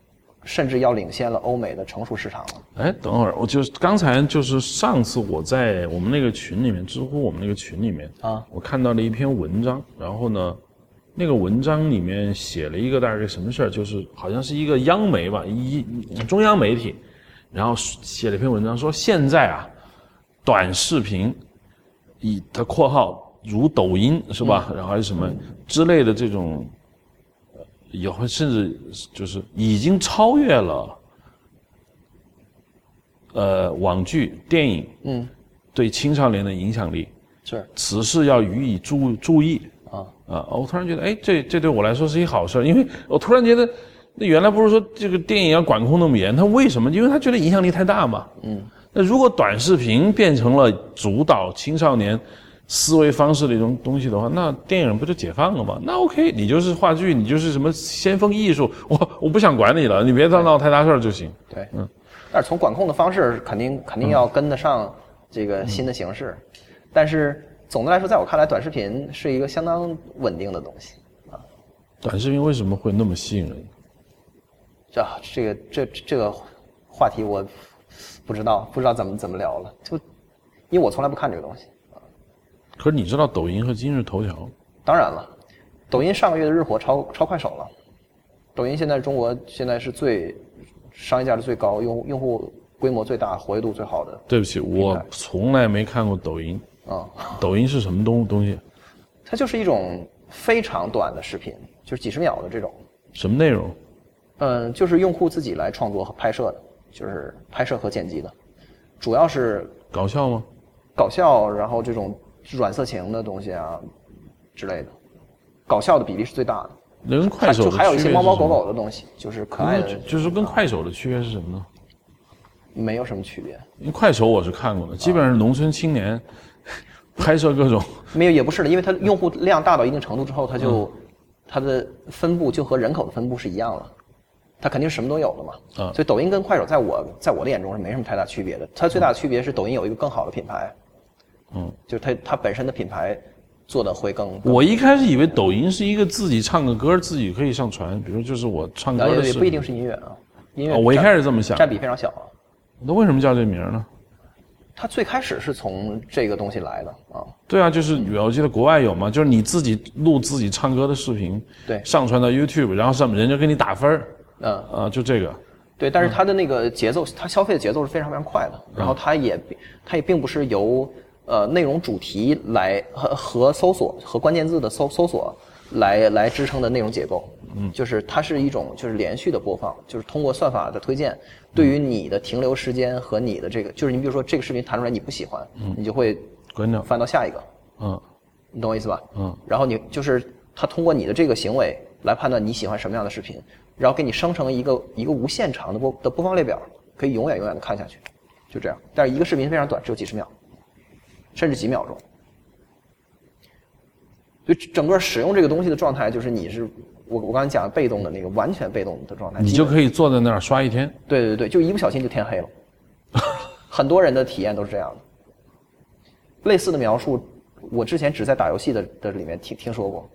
甚至要领先了欧美的成熟市场了。 哎，等会儿，我就是刚才就是上次我在我们那个群里面，知乎我们那个群里面啊，我看到了一篇文章，然后呢，那个文章里面写了一个大概什么事儿，就是好像是一个央媒吧，中央媒体，然后写了一篇文章说现在啊，短视频以它括号如抖音是吧，然后还是什么之类的这种。以后甚至就是已经超越了，网剧、电影，对青少年的影响力， 是， 此事要予以注意我突然觉得，哎，这对我来说是一好事，因为我突然觉得，那原来不是说这个电影要管控那么严，他为什么？因为他觉得影响力太大嘛，那如果短视频变成了主导青少年思维方式的一种东西的话，那电影不就解放了吗？那 OK， 你就是话剧，你就是什么先锋艺术，我不想管你了，你别闹太大事儿就行。 对，但是从管控的方式肯定要跟得上这个新的形势，但是总的来说，在我看来，短视频是一个相当稳定的东西啊。 短视频为什么会那么吸引人？ 这个话题我不知道怎么聊了，就因为我从来不看这个东西。 可是你知道抖音和今日头条？ 当然了，抖音上个月的日活超快手了。抖音现在中国现在是最商业价值最高、用户规模最大、活跃度最好的。 对不起，我从来没看过抖音。抖音是什么东西？ 它就是一种非常短的视频，就是几十秒的这种。 什么内容？ 就是用户自己来创作和拍摄的，就是拍摄和剪辑的，主要是搞笑吗？ 搞笑，然后这种软色情的东西啊之类的，搞笑的比例是最大的。 跟快手的区别是什么？ 就还有一些猫猫狗狗的东西，就是可爱的。 就是跟快手的区别是什么呢？ 没有什么区别。 因为快手我是看过的，基本上是农村青年拍摄各种。 没有，也不是的，因为它用户量大到一定程度之后，它的分布就和人口的分布是一样了。它肯定是什么都有的嘛，所以抖音跟快手在我的眼中是没什么太大区别的。它最大的区别是抖音有一个更好的品牌，就是它本身的品牌做的会更。 我一开始以为抖音是一个自己唱个歌自己可以上传，比如就是我唱歌的视频， 也不一定是音乐啊，音乐我一开始这么想， 占比非常小啊。 那为什么叫这名呢？ 它最开始是从这个东西来的啊。 对啊，就是我记得国外有嘛，就是你自己录自己唱歌的视频， 对， 上传到 YouTube， 然后上面人家给你打分。就这个， 对，但是它的那个节奏，它消费的节奏是非常非常快的，然后它也并不是由内容主题来和搜索和关键字的搜索来支撑的内容结构，就是它是一种就是连续的播放，就是通过算法的推荐，对于你的停留时间和你的这个，就是你比如说这个视频弹出来你不喜欢，你就会关掉， 翻到下一个，你懂我意思吧？然后你就是它通过你的这个行为来判断你喜欢什么样的视频。然后给你生成一个无限长的播放列表，可以永远的看下去，就这样。但是一个视频非常短，只有几十秒，甚至几秒钟。所以整个使用这个东西的状态，就是你是我刚才讲的被动的那个完全被动的状态， 你就可以坐在那儿刷一天。 对，就一不小心就天黑了。很多人的体验都是这样的。类似的描述，我之前只在打游戏的里面听说过。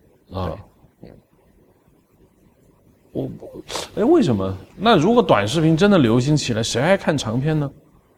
为什么？那如果短视频真的流行起来，谁还看长片呢？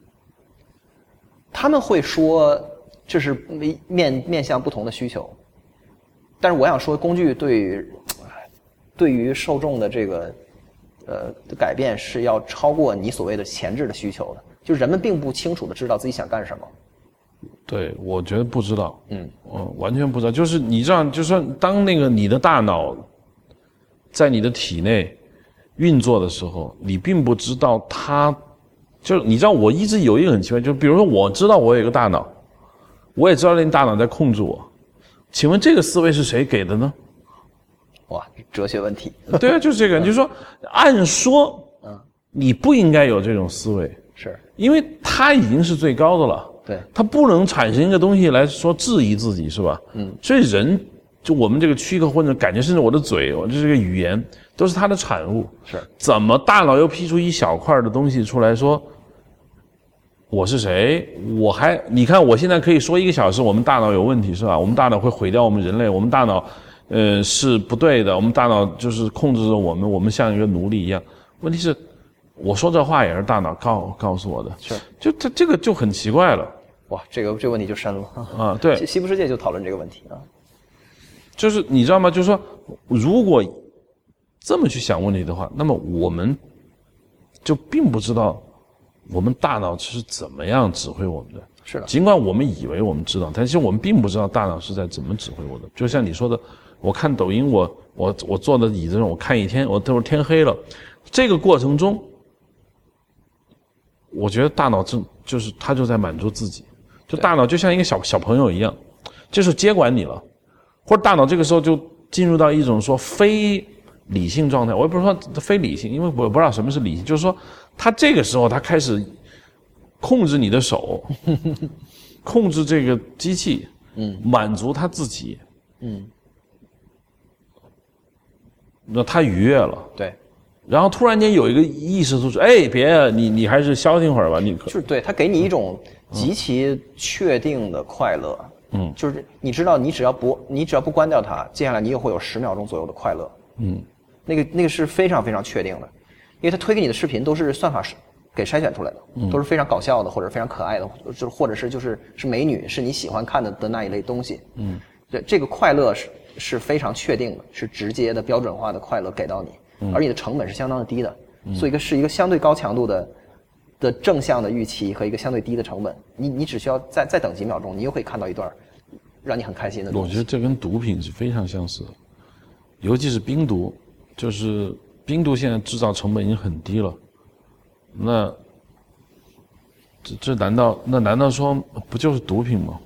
他们会说这是面向不同的需求，但是我想说，工具对于受众的这个的改变是要超过你所谓的前置的需求的，就人们并不清楚的知道自己想干什么。 对，我觉得不知道，完全不知道。就是你这样，就是当那个你的大脑在你的体内运作的时候，你并不知道它，就是你知道，我一直有一个很奇怪，就比如说我知道我有一个大脑，我也知道那大脑在控制我，请问这个思维是谁给的呢？ 哇，哲学问题。 对啊，就是这个，就是说，按说，你不应该有这种思维， 是因为它已经是最高的了， 对， 它不能产生一个东西来说质疑自己，是吧？所以人。就我们这个躯壳或者感觉，甚至我的嘴，我这个语言，都是它的产物。 是怎么大脑又批出一小块的东西出来说，我是谁？你看我现在可以说1个小时，我们大脑有问题是吧？我们大脑会毁掉我们人类，我们大脑，是不对的，我们大脑就是控制着我们，我们像一个奴隶一样。问题是， 我说这话也是大脑告诉我的， 是， 就这个就很奇怪了。 哇，这个问题就深了啊，对， 西部世界就讨论这个问题啊， 就是你知道吗？就是说，如果这么去想问题的话，那么我们就并不知道我们大脑是怎么样指挥我们的。 是的， 尽管我们以为我们知道，但其实我们并不知道大脑是在怎么指挥我的。就像你说的，我看抖音，我坐在椅子上，我看一天，我都是天黑了，这个过程中，我觉得大脑就是它就在满足自己，就大脑就像一个小朋友一样，就是接管你了，或者大脑这个时候就进入到一种说非理性状态。我也不是说非理性，因为我不知道什么是理性，就是说它这个时候它开始控制你的手，控制这个机器，满足他自己，那他愉悦了， 对， 然后突然间有一个意识说，哎，别，你还是消停会儿吧， 就是对他给你一种极其确定的快乐，就是你知道，你只要不关掉它，接下来你也会有10秒钟左右的快乐，那个是非常非常确定的，因为他推给你的视频都是算法给筛选出来的，都是非常搞笑的或者非常可爱的，或者是美女，是你喜欢看的那一类东西。对，这个快乐是非常确定的，是直接的标准化的快乐给到你，而你的成本是相当的低的，所以是一个相对高强度的正向的预期和一个相对低的成本。你只需要再等几秒钟，你又会看到一段让你很开心的东西。 我觉得这跟毒品是非常相似的，尤其是冰毒，就是冰毒现在制造成本已经很低了。那这难道说不就是毒品吗？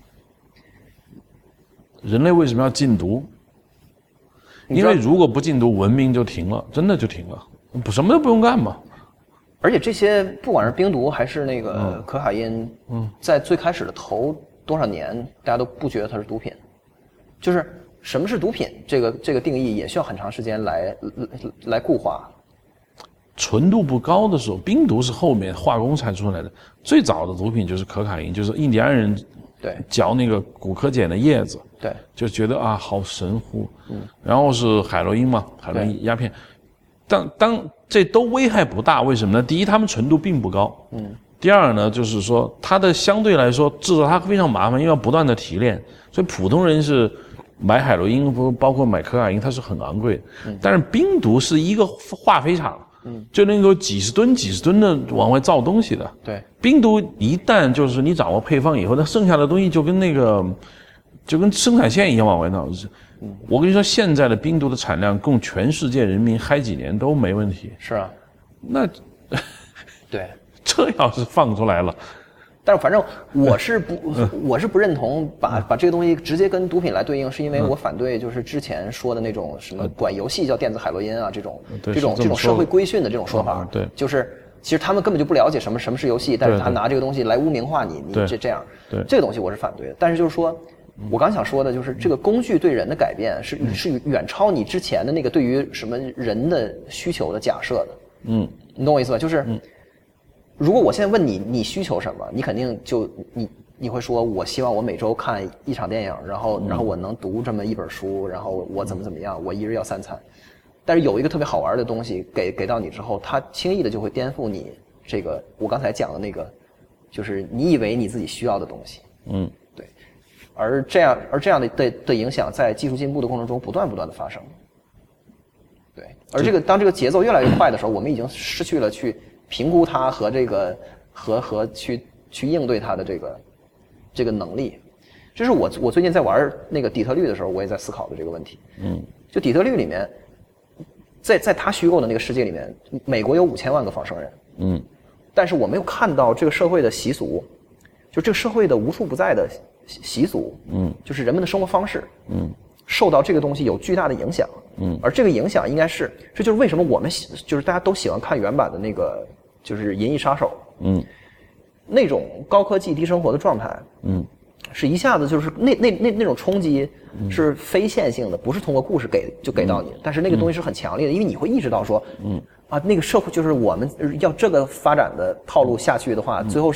人类为什么要禁毒？因为如果不禁毒，文明就停了，真的就停了，什么都不用干嘛。 而且这些不管是冰毒还是那个可卡因，在最开始的头多少年，大家都不觉得它是毒品。就是什么是毒品，这个定义也需要很长时间来固化。 纯度不高的时候，冰毒是后面化工才出来的。最早的毒品就是可卡因，就是印第安人嚼那个古柯碱的叶子， 对， 就觉得啊好神乎。然后是海洛因嘛，海洛因鸦片。当这都危害不大，为什么呢？第一，它们纯度并不高。第二呢，就是说它的相对来说制造它非常麻烦，因为要不断的提炼，所以普通人是买海洛因，包括买可卡因，它是很昂贵的。但是冰毒是一个化肥厂。就能够几十吨的往外造东西的。 对， 冰毒一旦就是你掌握配方以后，那剩下的东西就跟生产线一样往外闹。我跟你说，现在的冰毒的产量供全世界人民嗨几年都没问题。 是啊， 那对， 这要是放出来了。 但是反正我是不认同把这个东西直接跟毒品来对应，是因为我反对就是之前说的那种什么管游戏叫电子海洛因啊这种社会规训的这种说法。 对， 就是其实他们根本就不了解什么是游戏，但是他拿这个东西来污名化你这样。 对， 这个东西我是反对的。但是就是说，我刚想说的就是这个工具对人的改变是远超你之前的那个对于什么人的需求的假设的。你懂我意思吧？就是。如果我现在问你需求什么，你肯定就你会说，我希望我每周看一场电影，然后我能读这么一本书，然后我怎么样，我一日要3餐。但是有一个特别好玩的东西给到你之后，它轻易的就会颠覆你这个我刚才讲的那个，就是你以为你自己需要的东西。对。而这样的影响在技术进步的过程中不断的发生。对。而当这个节奏越来越快的时候，我们已经失去了去评估它和这个和去应对它的这个能力。这是我最近在玩那个底特律的时候，我也在思考的这个问题。就底特律里面，在他虚构的那个世界里面，美国有5000万个仿生人。但是我没有看到这个社会的习俗，就这个社会的无处不在的习俗，就是人们的生活方式，受到这个东西有巨大的影响。而这个影响应该是，这就是为什么我们就是大家都喜欢看原版的那个，就是《银翼杀手》。那种高科技低生活的状态，是一下子就是那种冲击是非线性的，不是通过故事给到你，但是那个东西是很强烈的，因为你会意识到说，那个社会就是我们要这个发展的套路下去的话，最后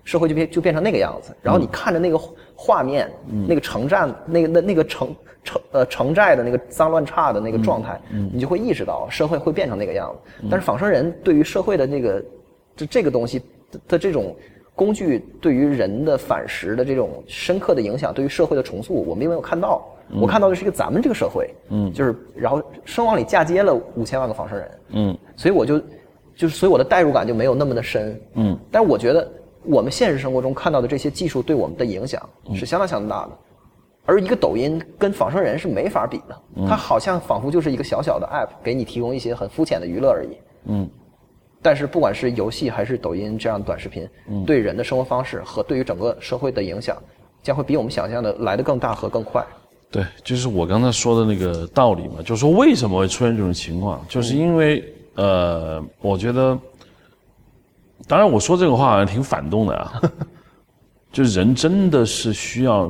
社会就变成那个样子，然后你看着那个画面，那个城寨，那个城寨的那个脏乱差的那个状态，你就会意识到社会会变成那个样子。但是仿生人对于社会的这个东西的这种工具，对于人的反噬的这种深刻的影响，对于社会的重塑，我们并没有看到。我看到的是一个咱们这个社会，就是然后声望里嫁接了5000万个仿生人，所以所以我的代入感就没有那么的深，但是我觉得我们现实生活中看到的这些技术对我们的影响是相当相当大的，而一个抖音跟仿生人是没法比的，它好像仿佛就是一个小小的 app， 给你提供一些很肤浅的娱乐而已，但是不管是游戏还是抖音这样的短视频，对人的生活方式和对于整个社会的影响，将会比我们想象的来得更大和更快。 对，就是我刚才说的那个道理嘛，就是说为什么会出现这种情况，就是因为我觉得，当然我说这个话好像挺反动的啊，就人真的是需要，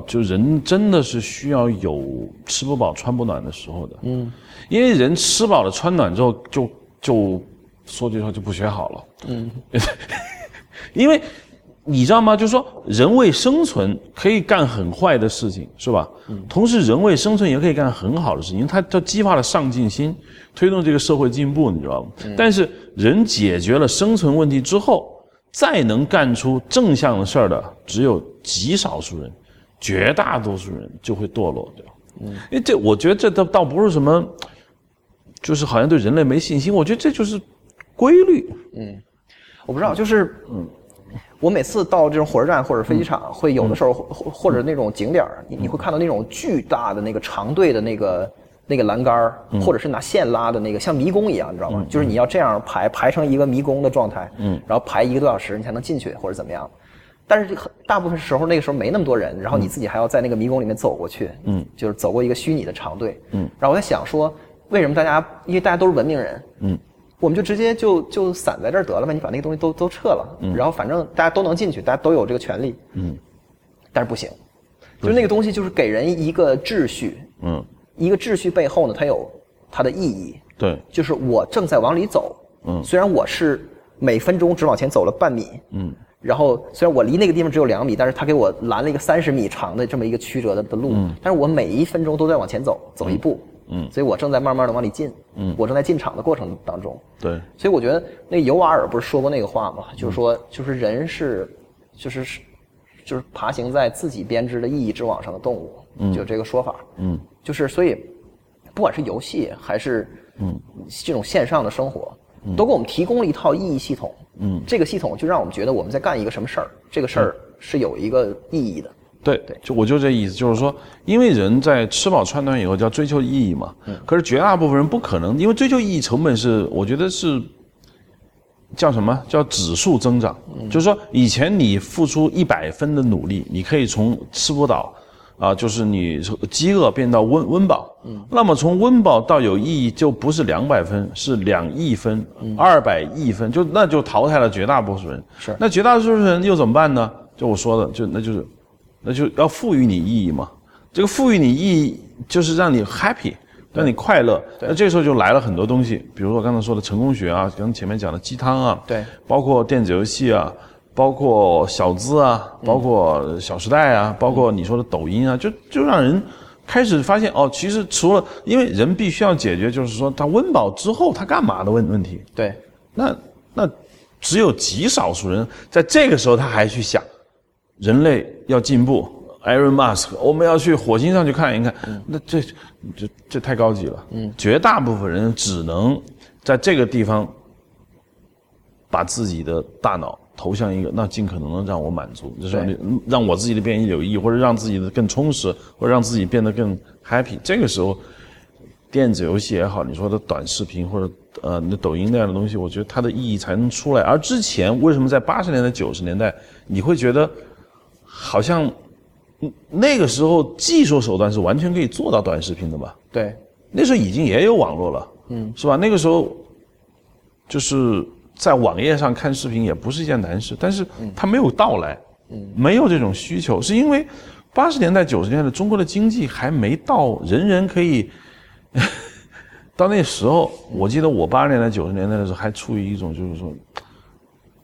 有吃不饱穿不暖的时候的，因为人吃饱了穿暖之后就说句话就不学好了，因为你知道吗？就是说人为生存可以干很坏的事情，是吧？同时人为生存也可以干很好的事情，因为它激发了上进心，推动这个社会进步，你知道吗？但是人解决了生存问题之后，再能干出正向的事儿的只有极少数人，绝大多数人就会堕落，对吧？因为我觉得这倒不是什么，就是好像对人类没信心，我觉得这就是规律。 我不知道，就是我每次到这种火车站或者飞机场，会有的时候或者那种景点，你会看到那种巨大的那个长队的那个栏杆，或者是拿线拉的那个，像迷宫一样，你知道吗？就是你要这样排成一个迷宫的状态，然后排1个多小时你才能进去或者怎么样。但是大部分时候那个时候没那么多人，然后你自己还要在那个迷宫里面走过去，就是走过一个虚拟的长队，然后我在想说，为什么因为大家都是文明人，我们就直接就散在这儿得了吧，你把那个东西都撤了，然后反正大家都能进去，大家都有这个权利，但是不行，就是那个东西就是给人一个秩序，一个秩序背后呢，它有它的意义， 对， 就是我正在往里走，虽然我是每分钟只往前走了半米，然后虽然我离那个地方只有2米，但是他给我拦了一个30米长的这么一个曲折的路，但是我每1分钟都在往前走一步，所以我正在慢慢的往里进，我正在进场的过程当中， 对， 所以我觉得那个尤瓦尔不是说过那个话吗？就是说，就是人就是爬行在自己编织的意义之网上的动物，就这个说法，就是所以不管是游戏还是这种线上的生活，都给我们提供了一套意义系统，这个系统就让我们觉得我们在干一个什么事儿，这个事儿是有一个意义的。 对，我就这意思，就是说，因为人在吃饱穿暖以后就要追求意义嘛，可是绝大部分人不可能，因为追求意义成本是，我觉得是叫什么？叫指数增长，就是说以前你付出100分的努力，你可以从吃不饱啊，就是你饥饿变到温饱，那么从温饱到有意义就不是200分，是2亿分、200亿分，那就淘汰了绝大多数人。 是， 那绝大多数人又怎么办呢？就我说的，那就要赋予你意义嘛。这个赋予你意义就是让你 happy， 让你快乐。那这个时候就来了很多东西，比如说我刚才说的成功学啊，刚前面讲的鸡汤啊， 对， 包括电子游戏啊，包括小资啊，包括小时代啊，包括你说的抖音啊，就让人开始发现其实除了因为人必须要解决，就是说他温饱之后他干嘛的问题。 对， 那只有极少数人在这个时候他还去想。人类要进步 ，Elon Musk， 我们要去火星上去看一看，那这太高级了。绝大部分人只能在这个地方把自己的大脑投向一个，那尽可能的让我满足，就是让我自己的变异有意义，或者让自己的更充实，或者让自己变得更 happy。这个时候，电子游戏也好，你说的短视频或者那抖音那样的东西，我觉得它的意义才能出来。而之前为什么在80年代、90年代，你会觉得？好像那个时候技术手段是完全可以做到短视频的吧？ 对， 那时候已经也有网络了，是吧？那个时候就是在网页上看视频也不是一件难事，但是它没有到来，没有这种需求，是因为80年代、90年代中国的经济还没到人人可以到那时候，我记得我80年代、90年代的时候还处于一种就是说。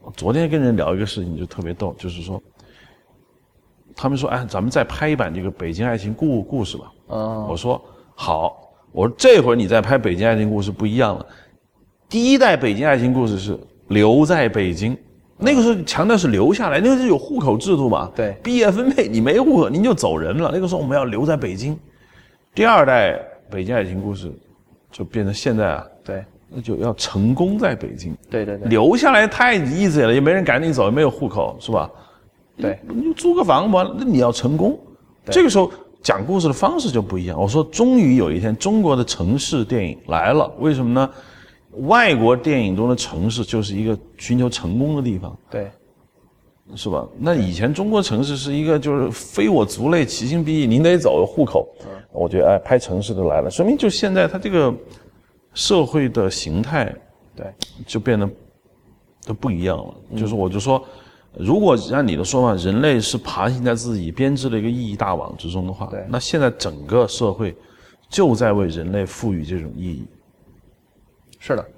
昨天跟人聊一个事情就特别逗，就是说，他们说，哎，咱们再拍一版这个《北京爱情故事》吧。我说好，我说这会儿你再拍《北京爱情故事》不一样了。第一代《北京爱情故事》是留在北京，那个时候强调是留下来，那个是有户口制度嘛。 对， 毕业分配你没户口您就走人了。那个时候我们要留在北京。第二代《北京爱情故事》就变成现在啊， 对， 那就要成功在北京。 对， 留下来太 easy 了，也没人赶你走，也没有户口，是吧？ 对， 你就租个房完了，那你要成功。这个时候讲故事的方式就不一样。我说，终于有一天，中国的城市电影来了，为什么呢？外国电影中的城市就是一个寻求成功的地方， 对， 是吧？那以前中国城市是一个就是非我族类，其心必异，您得走有户口。我觉得哎，拍城市都来了，说明就现在它这个社会的形态， 对， 就变得都不一样了。就是我就说，如果按你的说法，人类是爬行在自己编织的一个意义大网之中的话，那现在整个社会就在为人类赋予这种意义。 是的，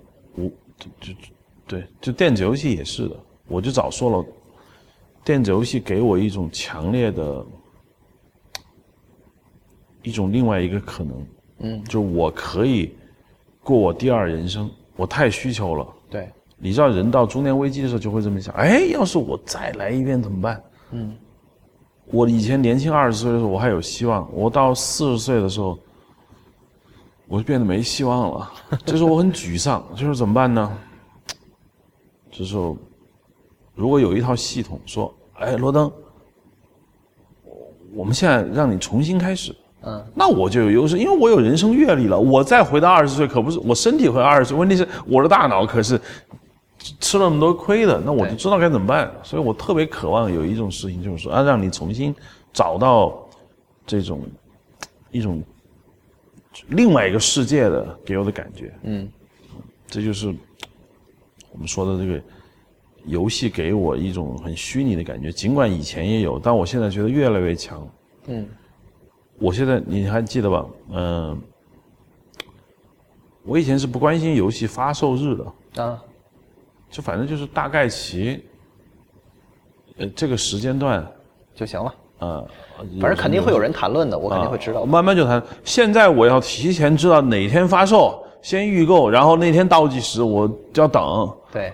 就电子游戏也是的。我就早说了，电子游戏给我一种强烈的一种另外一个可能，就我可以过我第二人生。我太需求了。 对， 你知道人到中年危机的时候就会这么想，哎，要是我再来一遍怎么办？我以前年轻20岁的时候我还有希望，我到40岁的时候我就变得没希望了，这时候我很沮丧，就是怎么办呢？这时候如果有一套系统说，哎，罗登，我们现在让你重新开始，那我就有优势，因为我有人生阅历了。我再回到20岁，可不是我身体回到20岁，问题是我的大脑可是吃了那么多亏的，那我就知道该怎么办。所以我特别渴望有一种事情，就是说让你重新找到这种一种另外一个世界的给我的感觉。这就是我们说的这个游戏给我一种很虚拟的感觉，尽管以前也有，但我现在觉得越来越强。我现在你还记得吧？我以前是不关心游戏发售日的就反正就是大概其这个时间段就行了。反正肯定会有人谈论的，我肯定会知道。 慢慢就谈。现在我要提前知道哪天发售，先预购，然后那天倒计时我就要等。 对，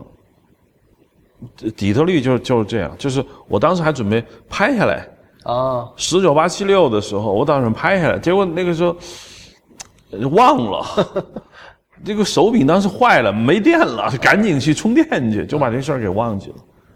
底特律就是这样，就是我当时还准备拍下来19876的时候，我打算拍下来，结果那个时候忘了，这个手柄当时坏了，没电了，赶紧去充电去，就把这事儿给忘记了。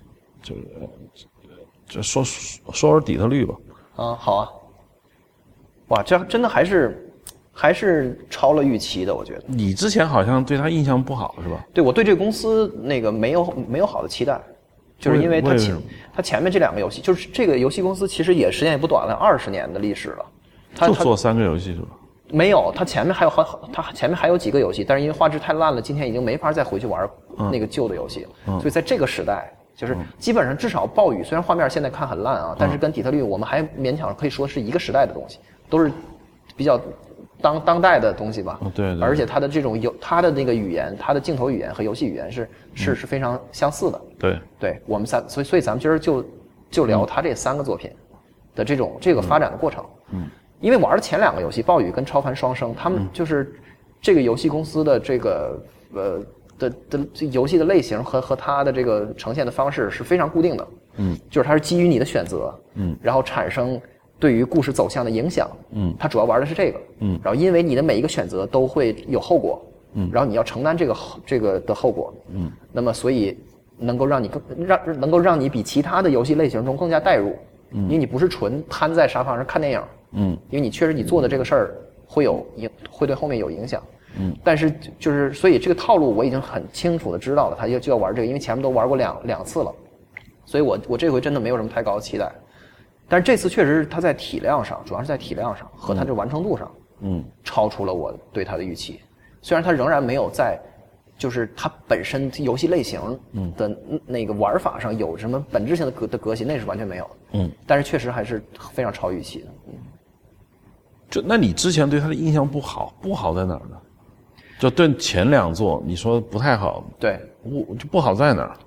就说底特律吧。 好啊。哇，这真的还是超了预期的，我觉得。 你之前好像对他印象不好是吧？ 对，我对这个公司那个没有好的期待，就是因为它前面这2个游戏，就是这个游戏公司其实也时间也不短了，20年的历史了。 就做3个游戏是吧？ 没有，它前面还有几个游戏，但是因为画质太烂了，今天已经没法再回去玩那个旧的游戏了。所以在这个时代，就是基本上至少暴雨，虽然画面现在看很烂但是跟底特律我们还勉强可以说是一个时代的东西，都是比较当代的东西吧。 对。 而且它的这种它的那个语言，它的镜头语言和游戏语言是非常相似的。对，我们所以咱们今儿就聊它这3个作品的这个发展的过程。因为玩的前2个游戏，暴雨跟超凡双生，他们就是这个游戏公司的这个的游戏的类型和它的这个呈现的方式是非常固定的。就是它是基于你的选择，然后产生对于故事走向的影响。它主要玩的是这个。然后因为你的每一个选择都会有后果，然后你要承担这个的后果。那么所以能够让你比其他的游戏类型中更加代入。因为你不是纯瘫在沙发上看电影。因为你确实你做的这个事儿会对后面有影响。但是就是所以这个套路我已经很清楚的知道了，他就要玩这个，因为前面都玩过两次了，所以我这回真的没有什么太高的期待。但是这次确实是他在体量上，主要是在体量上和他这完成度上，超出了我对他的预期。虽然他仍然没有在就是它本身游戏类型的那个玩法上有什么本质性的革新，那是完全没有。但是确实还是非常超预期的。 那你之前对他的印象不好在哪儿呢？就对前2座你说不太好， 对， 就不好在哪儿？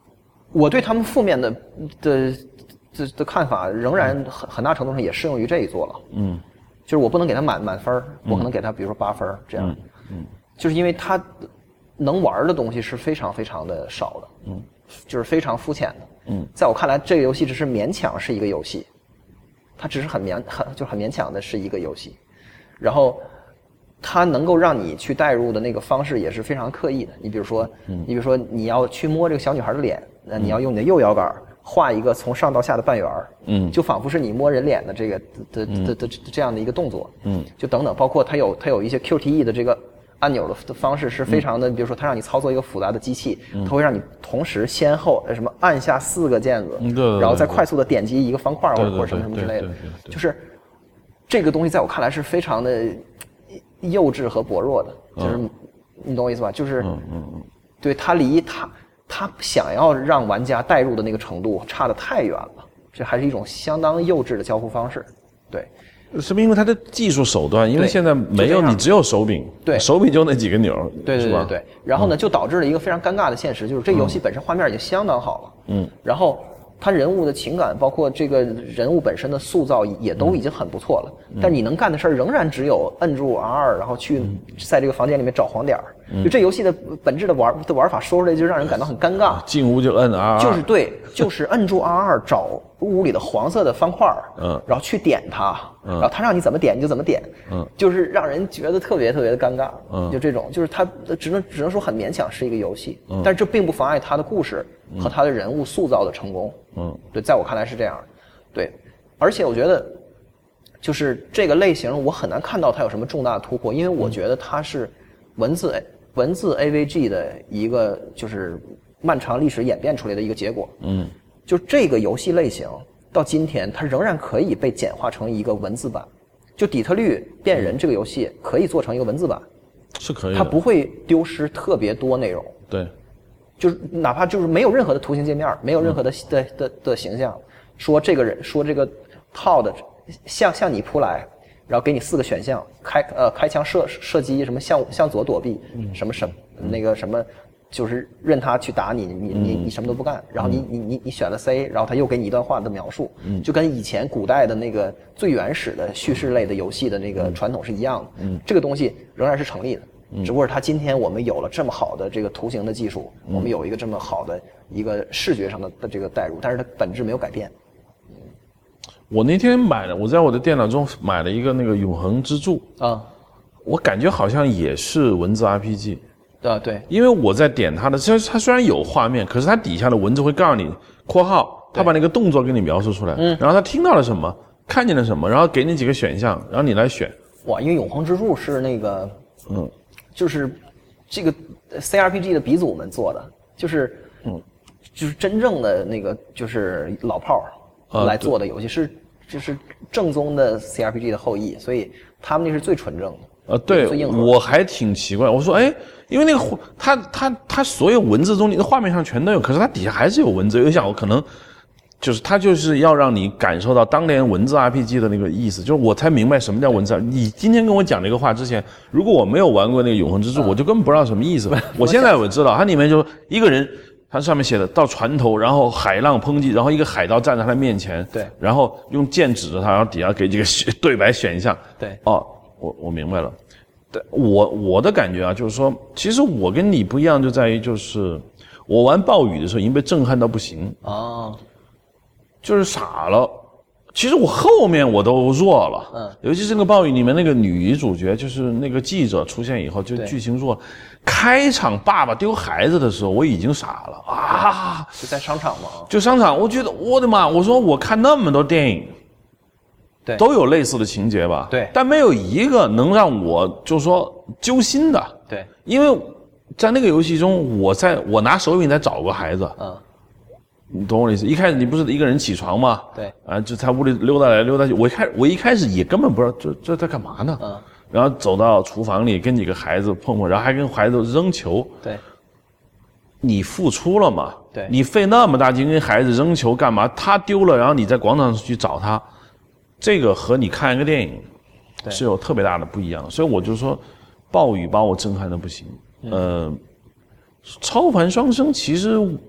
我对他们负面的看法，仍然很大程度上也适用于这一座了。就是我不能给他满分，我可能给他比如说8分这样。就是因为他能玩的东西是非常非常的少的。就是非常肤浅的。在我看来，这个游戏只是勉强是一个游戏，它只是很勉强的是一个游戏，然后它能够让你去代入的那个方式也是非常刻意的。你比如说你要去摸这个小女孩的脸，那你要用你的右摇杆画一个从上到下的半圆，就仿佛是你摸人脸的这个这样的一个动作，就等等，包括它有一些 QTE 的这个按钮的方式是非常的，比如说它让你操作一个复杂的机器，它会让你同时先后什么按下4个键子，然后再快速的点击一个方块或者什么之类的，就是这个东西在我看来是非常的幼稚和薄弱的，就是你懂我意思吧？就是对它离他想要让玩家带入的那个程度差得太远了，这还是一种相当幼稚的交互方式。对， 是不是因为它的技术手段？因为现在没有，你只有手柄， 对， 手柄就那几个钮， 对。然后呢，就导致了一个非常尴尬的现实，就是这游戏本身画面已经相当好了，然后他人物的情感，包括这个人物本身的塑造也都已经很不错了，但你能干的事儿仍然只有摁住 R2， 然后去在这个房间里面找黄点。就这游戏的本质的玩法说出来就让人感到很尴尬。 进屋就摁 R2， 就是摁住 R2 找屋里的黄色的方块，然后去点它，然后它让你怎么点你就怎么点，就是让人觉得特别特别的尴尬。就这种，就是它只能说很勉强是一个游戏，但是这并不妨碍它的故事和它的人物塑造的成功。对，在我看来是这样。对，而且我觉得就是这个类型我很难看到它有什么重大的突破，因为我觉得它是文字 AVG 的一个就是漫长历史演变出来的一个结果。就这个游戏类型到今天它仍然可以被简化成一个文字版，就底特律变人这个游戏可以做成一个文字版， 是可以的， 它不会丢失特别多内容。 对， 就是哪怕就是没有任何的图形界面，没有任何的形象，说这个人说这个套的向你扑来，然后给你4个选项，开枪射击，什么向左躲避，什么那个什么，就是任他去打你，你什么都不干，然后你选了 C， 然后他又给你一段话的描述，就跟以前古代的那个最原始的叙事类的游戏的那个传统是一样的。这个东西仍然是成立的，只不过是它今天我们有了这么好的这个图形的技术，我们有一个这么好的一个视觉上的这个代入，但是它本质没有改变。 我那天我在我的电脑中买了一个那个永恒之柱啊，我感觉好像也是文字 RPG。 对， 因为我在点它的，它虽然有画面，可是它底下的文字会告诉你括号，它把那个动作给你描述出来，然后它听到了什么，看见了什么，然后给你几个选项，然后你来选。 哇，因为永恒之柱是那个，就是这个 CRPG 的鼻祖们做的，就是真正的那个就是老炮来做的游戏，就是正宗的 CRPG 的后裔，所以他们那是最纯正的。 对，我还挺奇怪，我说因为那个它所有文字中，你的画面上全都有，可是它底下还是有文字。我想我可能就是它就是要让你感受到当年文字 RPG 的那个意思，就是我才明白什么叫文字。你今天跟我讲这个话之前，如果我没有玩过那个永恒之柱，我就根本不知道什么意思。我现在我知道，它里面就一个人。它上面写的到船头，然后海浪抨击，然后一个海盗站在他面前， 对， 然后用剑指着他，然后底下给几个对白选项， 对， 我明白了。对，我的感觉啊，就是说，其实我跟你不一样，就在于就是我玩暴雨的时候已经被震撼到不行就是傻了。其实我后面我都弱了，尤其是那个暴雨里面那个女主角，就是那个记者出现以后，就剧情弱。开场爸爸丢孩子的时候，我已经傻了啊！ 就在商场嘛， 就商场，我觉得我的妈！我说我看那么多电影， 对， 都有类似的情节吧？ 对， 但没有一个能让我就说揪心的。 对， 因为在那个游戏中，我拿手柄在找过孩子。你懂我的意思？一开始你不是一个人起床吗？ 对， 就在屋里溜达来溜达去。我一开始也根本不知道这在干嘛呢。然后走到厨房里跟几个孩子碰碰，然后还跟孩子扔球。 对， 你付出了嘛？ 对， 你费那么大劲跟孩子扔球干嘛？他丢了，然后你在广场上去找他，这个和你看一个电影是有特别大的不一样。所以我就说，暴雨把我震撼的不行。超凡双生其实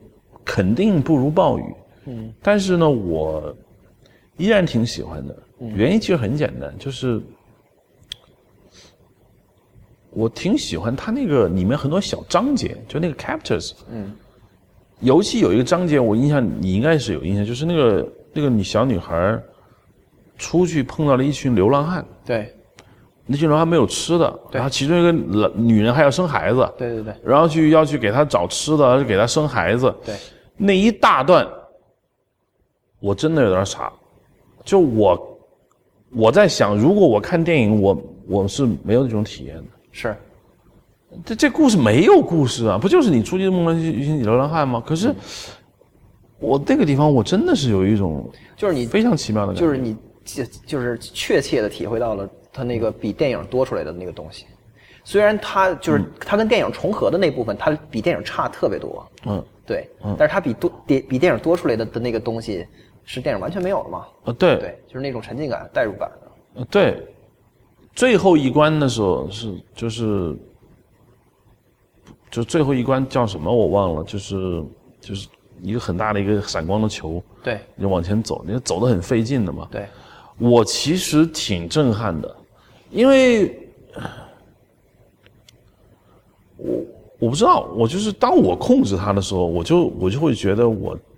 肯定不如暴雨。但是呢，我依然挺喜欢的。原因其实很简单，就是我挺喜欢它那个里面很多小章节，就那个 chapters。游戏有一个章节，我印象你应该是有印象，就是那个你小女孩出去碰到了一群流浪汉。 对。 那群流浪汉没有吃的，然后其中一个女人还要生孩子。 对。 然后要去给她找吃的，给她生孩子。 对。 那一大段，我真的有点傻。就我在想，如果我看电影，我是没有这种体验的。 是。 这故事没有故事啊，不就是你出去梦到一群流浪汉吗？可是我那个地方，我真的是有一种就是你非常奇妙的感觉， 就是你就是确切的体会到了它那个比电影多出来的那个东西。虽然它就是它跟电影重合的那部分，它比电影差特别多。对。但是它比电影多出来的那个东西是电影完全没有的嘛。对，就是那种沉浸感、代入感。 对。最后一关的时候就最后一关叫什么我忘了，就是一个很大的一个闪光的球。 对。 你就往前走，你走得很费劲的嘛。 对。 我其实挺震撼的，因为我不知道，我就是当我控制它的时候，我就会觉得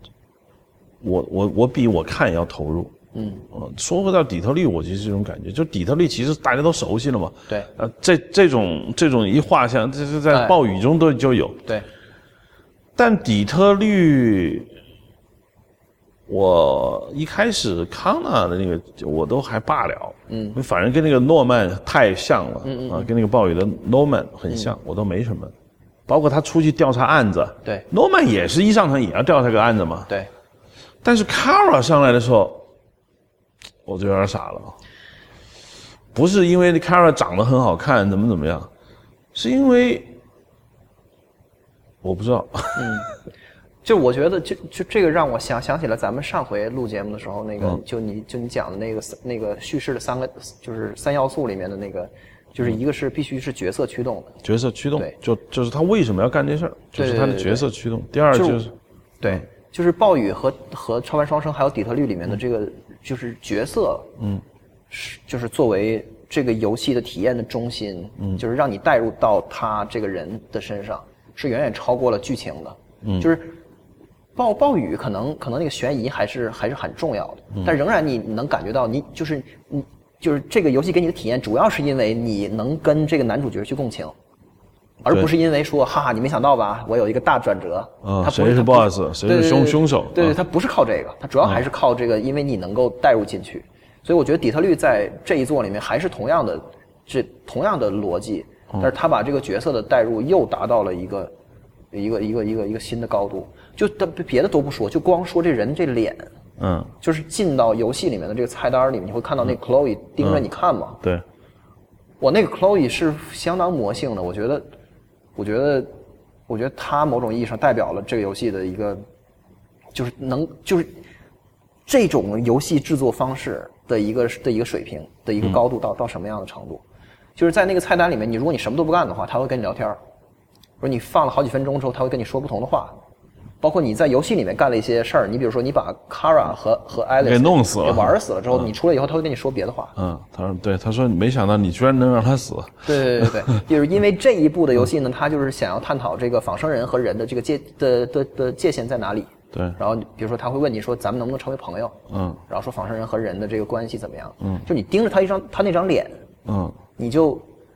我比我看要投入。说回到底特律，我其实这种感觉，就底特律其实大家都熟悉了嘛。 对。 这种一画像，这是在暴雨中就有。 对。 但底特律，我一开始康纳的那个我都还罢了。反正跟那个诺曼太像了。跟那个暴雨的诺曼很像，我都没什么。包括他出去调查案子。 对。 诺曼也是一上场也要调查个案子嘛。 对。 但是 Kara 上来的时候，我就有点傻了，不是因为 Kara 长得很好看，怎么样，是因为我不知道。 就我觉得就这个让我想起了咱们上回录节目的时候那个，就你讲的那个叙事的就是三要素里面的那个，就是一个是必须是角色驱动的， 角色驱动， 对， 就是他为什么要干这事儿，就是他的角色驱动。第二就是对。就是暴雨和超凡双生还有底特律里面的这个就是角色，就是作为这个游戏的体验的中心，就是让你带入到他这个人的身上，是远远超过了剧情的。就是暴雨可能那个悬疑还是很重要的，但仍然你能感觉到就是这个游戏给你的体验，主要是因为你能跟这个男主角去共情。而不是因为说，哈哈，你没想到吧？我有一个大转折。 谁是 boss， 谁是凶手？ 对，他不是靠这个，他主要还是靠这个，因为你能够带入进去。所以我觉得底特律在这一座里面还是同样的逻辑，但是他把这个角色的带入又达到了一个新的高度。就别的都不说，就光说这人这脸，就是进到游戏里面的这个菜单里面，你会看到那 Chloe 盯着你看嘛？ 对， 我那个 Chloe 是相当魔性的，我觉得他某种意义上代表了这个游戏的一个，就是这种游戏制作方式的一个水平的一个高度到什么样的程度？就是在那个菜单里面，如果你什么都不干的话，他会跟你聊天；如果你放了好几分钟之后，他会跟你说不同的话。包括你在游戏里面干了一些事儿，你比如说你把 Kara 和 Alice 给弄死了， 给玩死了之后，你出来以后，他会跟你说别的话。 他说没想到你居然能让他死。 对，就是因为这一部的游戏呢，他就是想要探讨这个仿生人和人的这个界限在哪里。 对。然后比如说他会问你说咱们能不能成为朋友？然后说仿生人和人的这个关系怎么样？就你盯着他那张脸，你就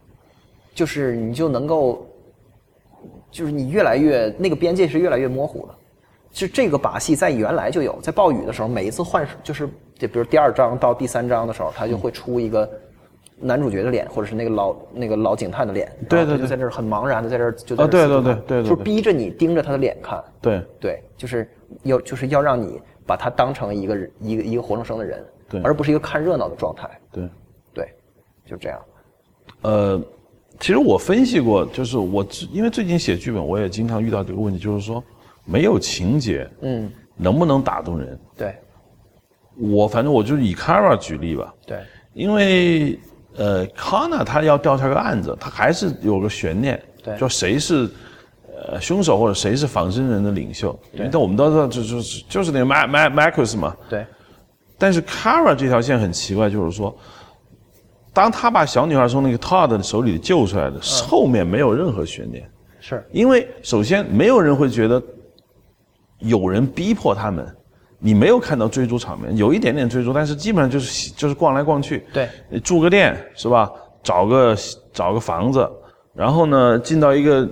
能够。就是你越来越那个边界是越来越模糊的，就这个把戏在原来就有，在暴雨的时候，每一次就是比如第2章到第3章的时候，他就会出一个男主角的脸，或者是那个老警探的脸， 对， 就在这儿很茫然的在这儿就在这儿对， 就逼着你盯着他的脸看， 对， 就是要让你把他当成一个活生生的人， 对， 而不是一个看热闹的状态，对，就这样， 其实我分析过，就是因为最近写剧本，我也经常遇到这个问题，就是说没有情节，能不能打动人？ 对， 反正我就以 Kara 举例吧， 对， 因为Connor 他要调查个案子，他还是有个悬念， 对， 就谁是凶手或者谁是仿生人的领袖，但我们都知道就是那个 Marcus 嘛。 对。 但是 Kara 这条线很奇怪，就是说，当他把小女孩从那个 Todd 的手里救出来的，后面没有任何悬念。 是因为首先没有人会觉得有人逼迫他们，你没有看到追逐场面，有一点点追逐，但是基本上就是逛来逛去， 对， 住个店是吧？找个房子，然后呢进到一个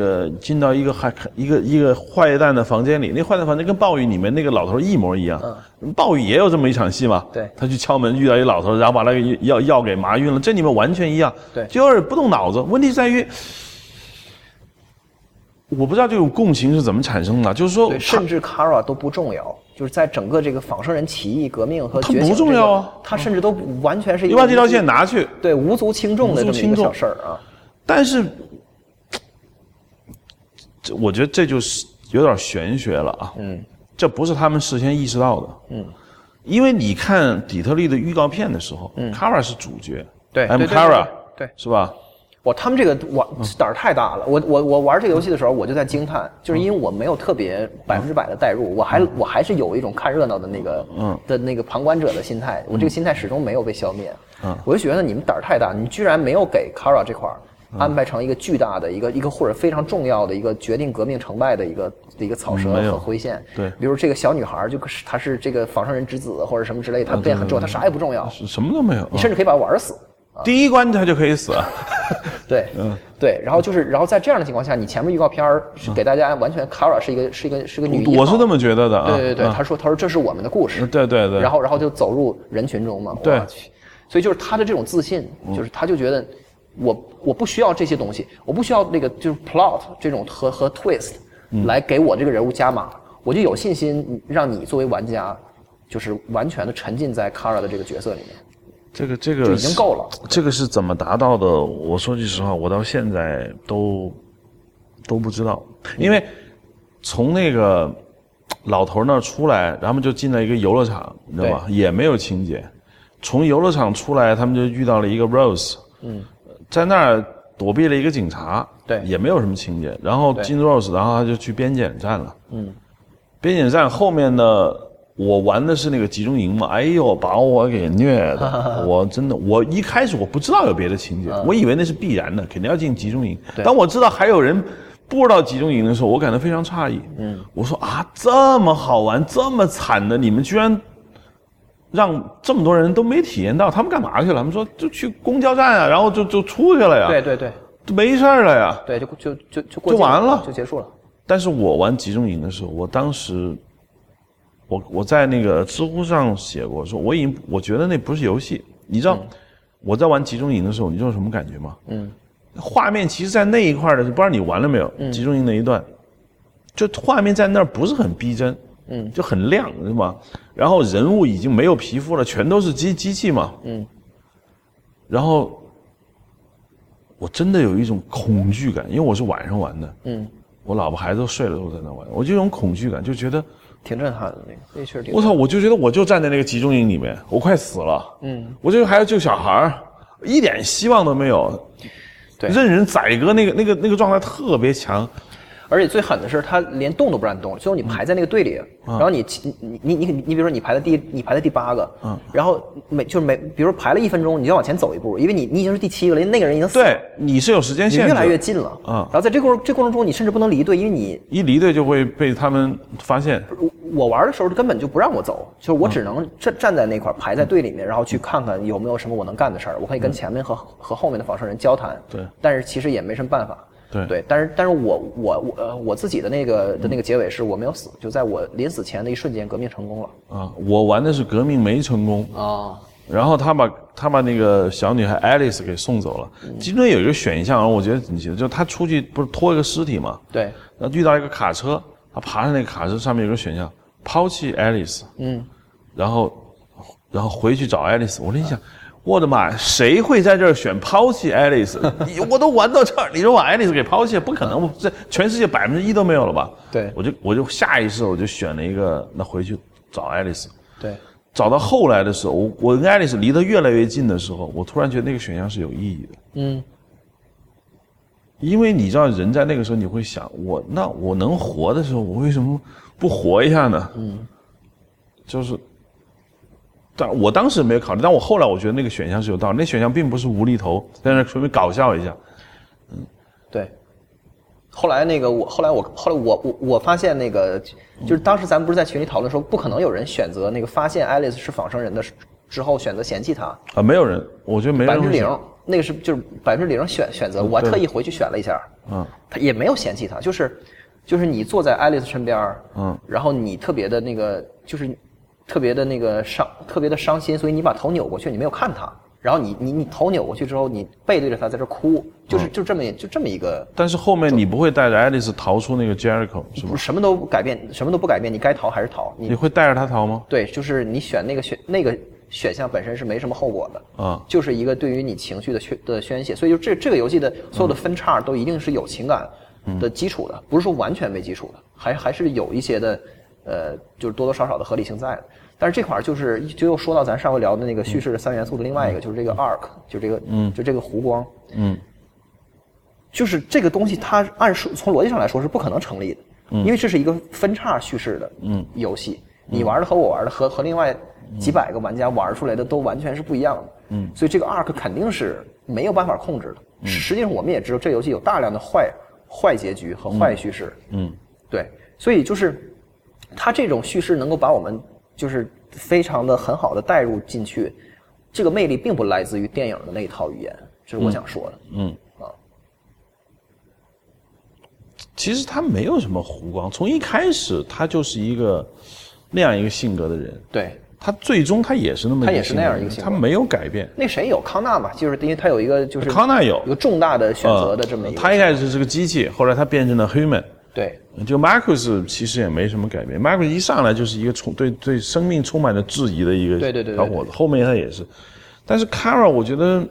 坏蛋的房间里，那坏蛋房间跟暴雨里面那个老头一模一样。暴雨也有这么一场戏嘛？ 对， 他去敲门遇到一个老头，然后把那个药给麻晕了，这里面完全一样。 对， 就是不动脑子。问题在于。我不知道这种共情是怎么产生的，就是说， 甚至 Kara 都不重要，就是在整个这个仿生人起义革命和觉醒， 他不重要啊， 他甚至都完全是你把这条线拿去， 对，无足轻重的这么一个小事儿啊。 但是，我觉得这就是有点玄学了啊。这不是他们事先意识到的。因为你看底特律的预告片的时候，Kara 是主角， 对 ，I'm Kara， 对， 是吧？ 他们这个胆儿太大了。我玩这个游戏的时候，我就在惊叹，就是因为我没有特别100%的代入，我还是有一种看热闹的那个旁观者的心态，我这个心态始终没有被消灭。我就觉得你们胆儿太大，你居然没有给 Kara 这块安排成一个巨大的一个或者非常重要的一个决定革命成败的一个草蛇和灰线。 对， 比如这个小女孩，她是这个仿生人之子或者什么之类的，她变很重要，她啥也不重要， 什么都没有， 你甚至可以把她玩死。 第一关他就可以死。 对，对，然后在这样的情况下，你前面预告片给大家完全 Kara 是一个女一号， 我是这么觉得的啊。 对，他说这是我们的故事。 对， 然后就走入人群中嘛。 对， 所以就是他的这种自信，就是他就觉得我不需要这些东西，我不需要那个就是 plot 这种和 twist 来给我这个人物加码，我就有信心让你作为玩家就是完全的沉浸在 Kara 的这个角色里面。 这个就已经够了。 这个是怎么达到的？我说句实话，我到现在都不知道。因为从那个老头那儿出来，然后他们就进了一个游乐场，你知道吗？也没有情节。从游乐场出来，他们就遇到了一个 Rose，在那儿躲避了一个警察， 对， 也没有什么情节。然后进 Rose， 然后他就去边检站了。边检站后面呢？我玩的是那个集中营嘛，哎呦，把我给虐的！我真的，我一开始我不知道有别的情节，我以为那是必然的，肯定要进集中营。当我知道还有人不知道集中营的时候，我感到非常诧异。我说啊，这么好玩，这么惨的，你们居然让这么多人都没体验到，他们干嘛去了？他们说就去公交站啊，然后就出去了呀。 对， 就没事了呀。 对，就完了， 就结束了。 但是我玩集中营的时候，我当时。我在那个知乎上写过，说我觉得那不是游戏。你知道我在玩集中营的时候，你知道什么感觉吗？画面其实在那一块的，不知道你玩了没有？集中营那一段，就画面在那儿不是很逼真，就很亮，是吧？然后人物已经没有皮肤了，全都是机器嘛，然后我真的有一种恐惧感，因为我是晚上玩的，我老婆孩子都睡了，我在那玩，我就有种恐惧感，就觉得。 挺震撼的那个，确实。 我操！我就觉得我就站在那个集中营里面，我快死了。我就还要救小孩，一点希望都没有。 对， 任人宰割那个状态特别强。 而且最狠的是，他连动都不让你动，最后你排在那个队里，然后你比如说你排在第8个，然后比如说排了1分钟，你就往前走一步，因为你已经是第7个了，因为那个人已经死了。 对，你是有时间限制， 你越来越近了。然后在这过程中，你甚至不能离队，因为你一离队就会被他们发现。 我玩的时候根本就不让我走，就是我只能站在那块排在队里面，然后去看看有没有什么我能干的事儿，我可以跟前面和后面的仿生人交谈。 对， 但是其实也没什么办法。对，但是我自己的那个结尾是我没有死，就在我临死前的一瞬间，革命成功了。 我玩的是革命没成功啊。然后他把那个小女孩 Alice 给送走了。其中有一个选项，我觉得挺奇的，就是他出去不是拖一个尸体嘛？ 对。 然后遇到一个卡车，他爬上那个卡车上面有个选项，抛弃 Alice。然后回去找 Alice。我在想。我的妈！谁会在这儿选抛弃 Alice？ 我都玩到这儿，你说把 Alice 给抛弃，不可能，这全世界1%都没有了吧？ 对， 我就下意识我就选了一个，那回去找 Alice。 对， 找到后来的时候，我跟 Alice 离得越来越近的时候，我突然觉得那个选项是有意义的。 因为你知道人在那个时候你会想，我能活的时候，我为什么不活一下呢？就是，但我当时没有考虑，但我后来我觉得那个选项是有道理，那选项并不是无厘头，在那纯粹搞笑一下。 对。后来我发现那个就是当时咱们不是在群里讨论说，不可能有人选择那个发现 Alice 是仿生人的之后选择嫌弃他啊，没有人，我觉得没人 0%，那个是就是0%选择，我还特意回去选了一下，他也没有嫌弃他，就是你坐在 Alice 身边，然后你特别的那个就是特别的那个特别的伤心，所以你把头扭过去，你没有看他。然后你头扭过去之后，你背对着他在这哭，就这么一个。 但是后面你不会带着爱丽丝逃出那个 Jericho 是吗？ 什么都不改变，你该逃还是逃。 你会带着他逃吗？ 对，就是你选那个选项本身是没什么后果的，就是一个对于你情绪的宣泄。所以就这个游戏的所有的分叉都一定是有情感的基础的，不是说完全没基础的，还是有一些的就是多多少少的合理性在的。但是这块就又说到咱上回聊的那个叙事的3元素的另外一个，就是这个 arc， 就这个弧光，就是这个东西它从逻辑上来说是不可能成立的，因为这是一个分叉叙事的游戏，你玩的和我玩的和另外几百个玩家玩出来的都完全是不一样的，所以这个 arc 肯定是没有办法控制的。实际上我们也知道这游戏有大量的坏结局和坏叙事，对，所以就是它这种叙事能够把我们就是非常的很好的带入进去，这个魅力并不来自于电影的那一套语言，这是我想说的。 其实他没有什么弧光，从一开始他就是一个那样一个性格的人。 对， 他最终他也是那么一个性格的人， 他也是那样一个性格， 他没有改变。 那谁有康纳嘛？就是因为他有一个就是康纳有一个重大的选择的这么一个。 他一开始是个机器，后来他变成了 human。 对， 就 Marcus 其实也没什么改变。Marcus 一上来就是一个对生命充满了质疑的一个小伙子，后面他也是。但是 Kara 我觉得，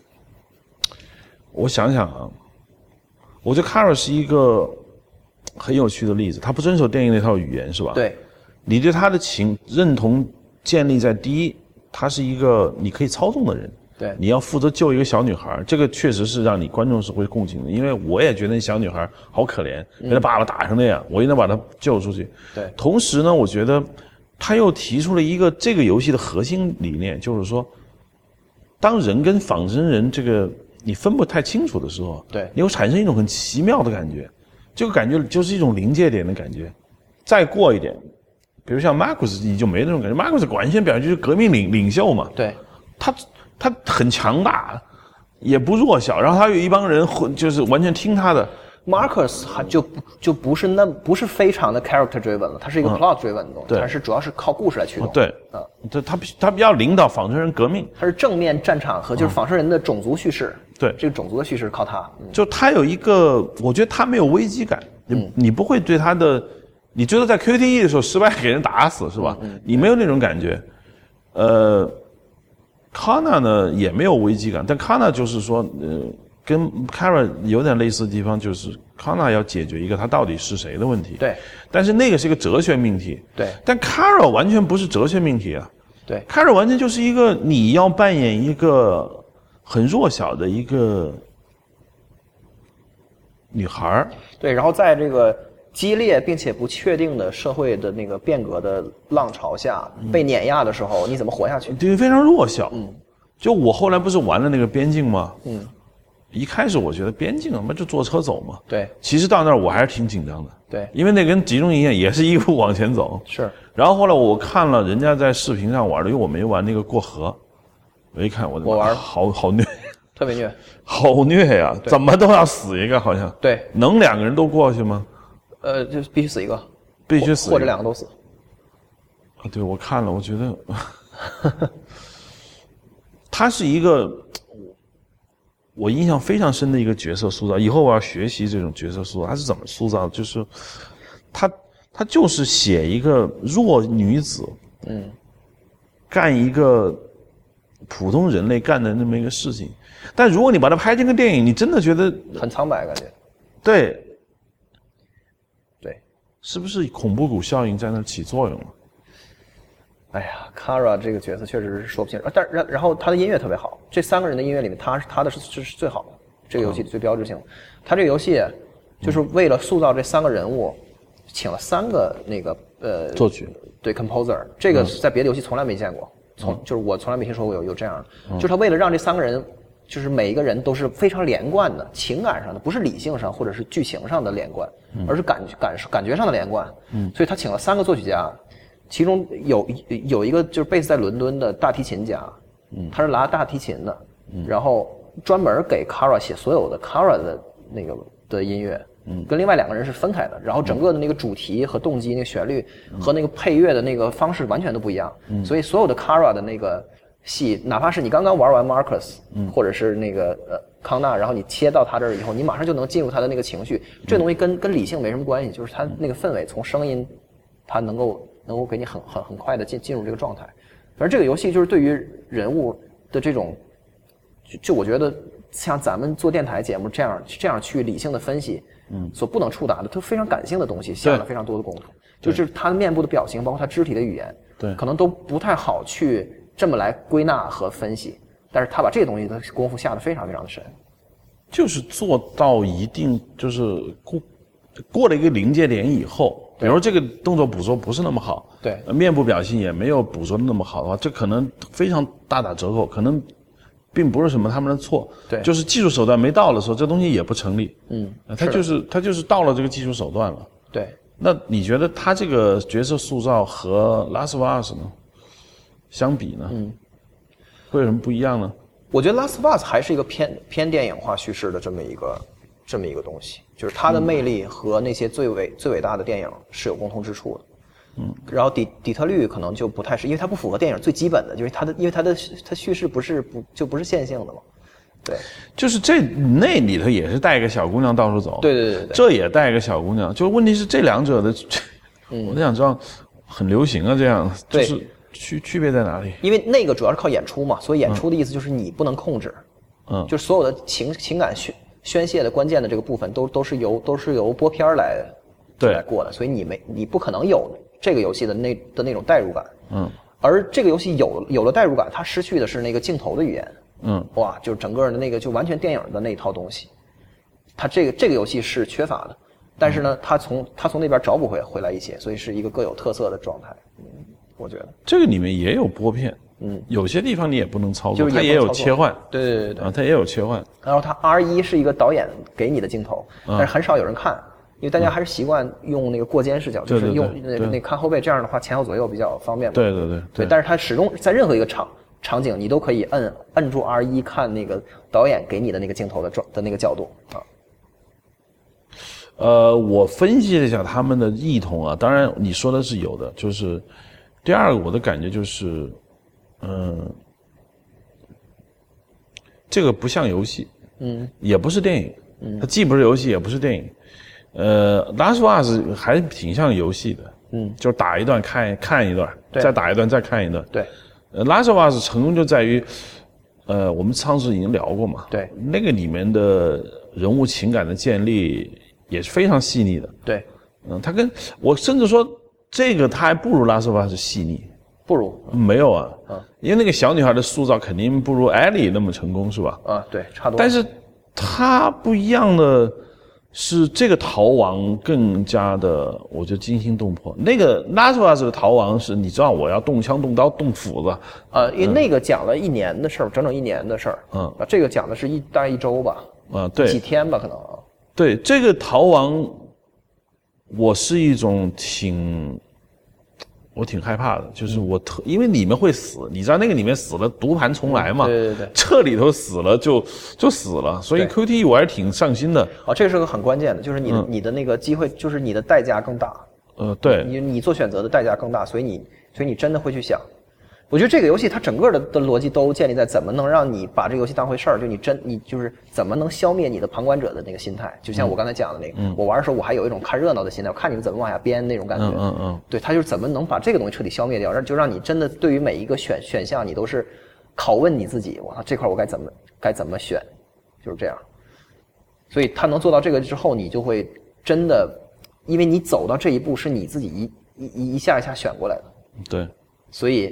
我想想啊，我觉得 Kara 是一个很有趣的例子。他不遵守电影那套语言是吧？ 对。 你对他的认同建立在第一，他是一个你可以操纵的人。 对， 你要负责救一个小女孩，这个确实是让你观众是会共情的，因为我也觉得那小女孩好可怜，被她爸爸打成那样，我一定要把她救出去。 对， 同时呢，我觉得他又提出了一个这个游戏的核心理念，就是说，当人跟仿生人这个你分不太清楚的时候， 对， 你会产生一种很奇妙的感觉，这个感觉就是一种临界点的感觉。再过一点，比如像 Marcus 你就没那种感觉 ，Marcus 完全表现就是革命领袖嘛， 对， 他很强大，也不弱小，然后他有一帮人就是完全听他的。 Marcus 就不是非常的 character driven 了，他是一个 plot driven 的东西，他是主要是靠故事来驱动。 对，他比较领导仿生人革命， 他是正面战场和就是仿生人的种族叙事。 对， 这个种族的叙事靠他。 就他有一个，我觉得他没有危机感，你不会对他的，你觉得在 QTE 的时候失败给人打死是吧？你没有那种感觉，康纳呢也没有危机感，但康纳就是说，跟 Kara 有点类似的地方，就是康纳要解决一个他到底是谁的问题。 对。 但是那个是一个哲学命题。 对。 但 Kara 完全不是哲学命题啊。 对。 Kara 完全就是一个你要扮演一个很弱小的一个女孩。 对，然后在这个激烈并且不确定的社会的那个变革的浪潮下被碾压的时候，你怎么活下去？ 对，非常弱小。就我后来不是玩了那个边境吗？一开始我觉得边境就坐车走嘛。 对。 其实到那儿我还是挺紧张的。 对。 因为那跟集中营也是一步往前走。 是。 然后后来我看了人家在视频上玩的，因为我没玩那个过河，我一看我玩好虐。 特别虐。 好虐呀！怎么都要死一个好像。 对。 能2个人都过去吗？ 就必须死一个。 必须死一个。 或者2个都死。 对，我看了，我觉得他是一个我印象非常深的一个角色塑造。以后我要学习这种角色塑造，他是怎么塑造的？就是他就是写一个弱女子，干一个普通人类干的那么一个事情。但如果你把它拍成个电影，你真的觉得很苍白感觉。 对， 对， 是不是恐怖谷效应在那起作用了？ 哎呀 ，Kara 这个角色确实是说不清楚，但然后他的音乐特别好，这3个人的音乐里面，他的是最好的。 这个游戏最标志性。它这个游戏就是为了塑造这3个人物，请了3个那个作曲， 对 composer， 这个在别的游戏从来没见过，就是我从来没听说过有这样的，就是他为了让这3个人。就是每一个人都是非常连贯的，情感上的，不是理性上或者是剧情上的连贯，而是感觉上的连贯。所以他请了3个作曲家，其中有一个就是贝斯在伦敦的大提琴家，他是拉大提琴的，然后专门给 Kara 写所有的 Kara 的那个的音乐，跟另外2个人是分开的，然后整个的那个主题和动机、那个旋律和那个配乐的那个方式完全都不一样，所以所有的 Kara 的那个。戏，哪怕是你刚刚玩完 Marcus，或者是那个康纳，然后你切到他这儿以后，你马上就能进入他的那个情绪。这东西跟理性没什么关系，就是他那个氛围，从声音，他能够给你很快的进入这个状态。反正这个游戏就是对于人物的这种，就我觉得像咱们做电台节目这样去理性的分析，所不能触达的，它非常感性的东西，下了非常多的功夫。就是他的面部的表情，包括他肢体的语言， 对， 可能都不太好去。这么来归纳和分析，但是他把这个东西的功夫下得非常非常的深， 就是做到一定就是过了一个临界点以后，比如这个动作捕捉不是那么好， 对， 面部表情也没有捕捉的那么好的话，这可能非常大打折扣，可能并不是什么他们的错， 对， 就是技术手段没到的时候，这东西也不成立，他就是到了这个技术手段了， 对。 那你觉得他这个角色塑造和 Last of Us 呢？相比呢，会有什么不一样呢？ 我觉得《Last of Us》还是一个偏电影化叙事的这么一个东西，就是它的魅力和那些最伟大的电影是有共同之处的。然后底特律可能就不太是，因为它不符合电影最基本的，就是它叙事不是线性的嘛。对， 就是那里头也是带一个小姑娘到处走， 对， 这也带一个小姑娘，就问题是这两者的，我就想知道，很流行啊，这样就是。区别在哪里？因为那个主要是靠演出嘛，所以演出的意思就是你不能控制，就是所有的情感宣泄的关键的这个部分都是由播片来过的，所以你不可能有这个游戏的那种代入感，而这个游戏有了代入感，它失去的是那个镜头的语言，哇，就是整个的那个就完全电影的那一套东西，它这个游戏是缺乏的，但是呢，它从那边找补回来一些，所以是一个各有特色的状态。我觉得这个里面也有拨片，有些地方你也不能操作，它也有切换， 对啊，它也有切换。 然后它 R1是一个导演给你的镜头，但是很少有人看，因为大家还是习惯用那个过肩视角，就是用那看后背，这样的话前后左右比较方便嘛。 对。 但是它始终在任何一个场景，你都可以摁住 R1 看那个导演给你的那个镜头的那个角度啊。我分析了一下他们的异同啊，当然你说的是有的，就是。第二个，我的感觉就是，这个不像游戏，也不是电影，它既不是游戏，也不是电影。Last of Us 还挺像游戏的，就是打一段看一段，再打一段再看一段。 对 ，Last of Us 成功就在于，我们上次已经聊过嘛， 对， 那个里面的人物情感的建立也是非常细腻的。 对， 它跟我甚至说。这个他还不如拉斯瓦是细腻， 不如没有啊，因为那个小女孩的塑造肯定不如艾莉那么成功，是吧？ 对，差不多。 但是她不一样的是，这个逃亡更加的，我觉得惊心动魄。那个拉斯瓦的逃亡是，你知道我要动枪、动刀、动斧子， 因为那个讲了1年的事儿，整整1年的事儿，这个讲的是大概1周吧， 对， 几天吧，可能对，这个逃亡，我是一种我挺害怕的，就是因为里面会死，你知道那个里面死了读盘重来嘛， 对， 这里头死了就死了，所以 QTE 我还是挺上心的。 这个是个很关键的，就是你的那个机会，就是你的代价更大。 对， 你做选择的代价更大，所以你真的会去想。我觉得这个游戏它整个的逻辑都建立在怎么能让你把这个游戏当回事儿，就你就是怎么能消灭你的旁观者的那个心态，就像我刚才讲的那个，我玩的时候我还有一种看热闹的心态，我看你们怎么往下编那种感觉，对，它就是怎么能把这个东西彻底消灭掉，让你真的对于每一个选项你都是拷问你自己，哇，这块我该怎么选，就是这样。所以他能做到这个之后，你就会真的，因为你走到这一步是你自己一下一下选过来的， 对， 所以。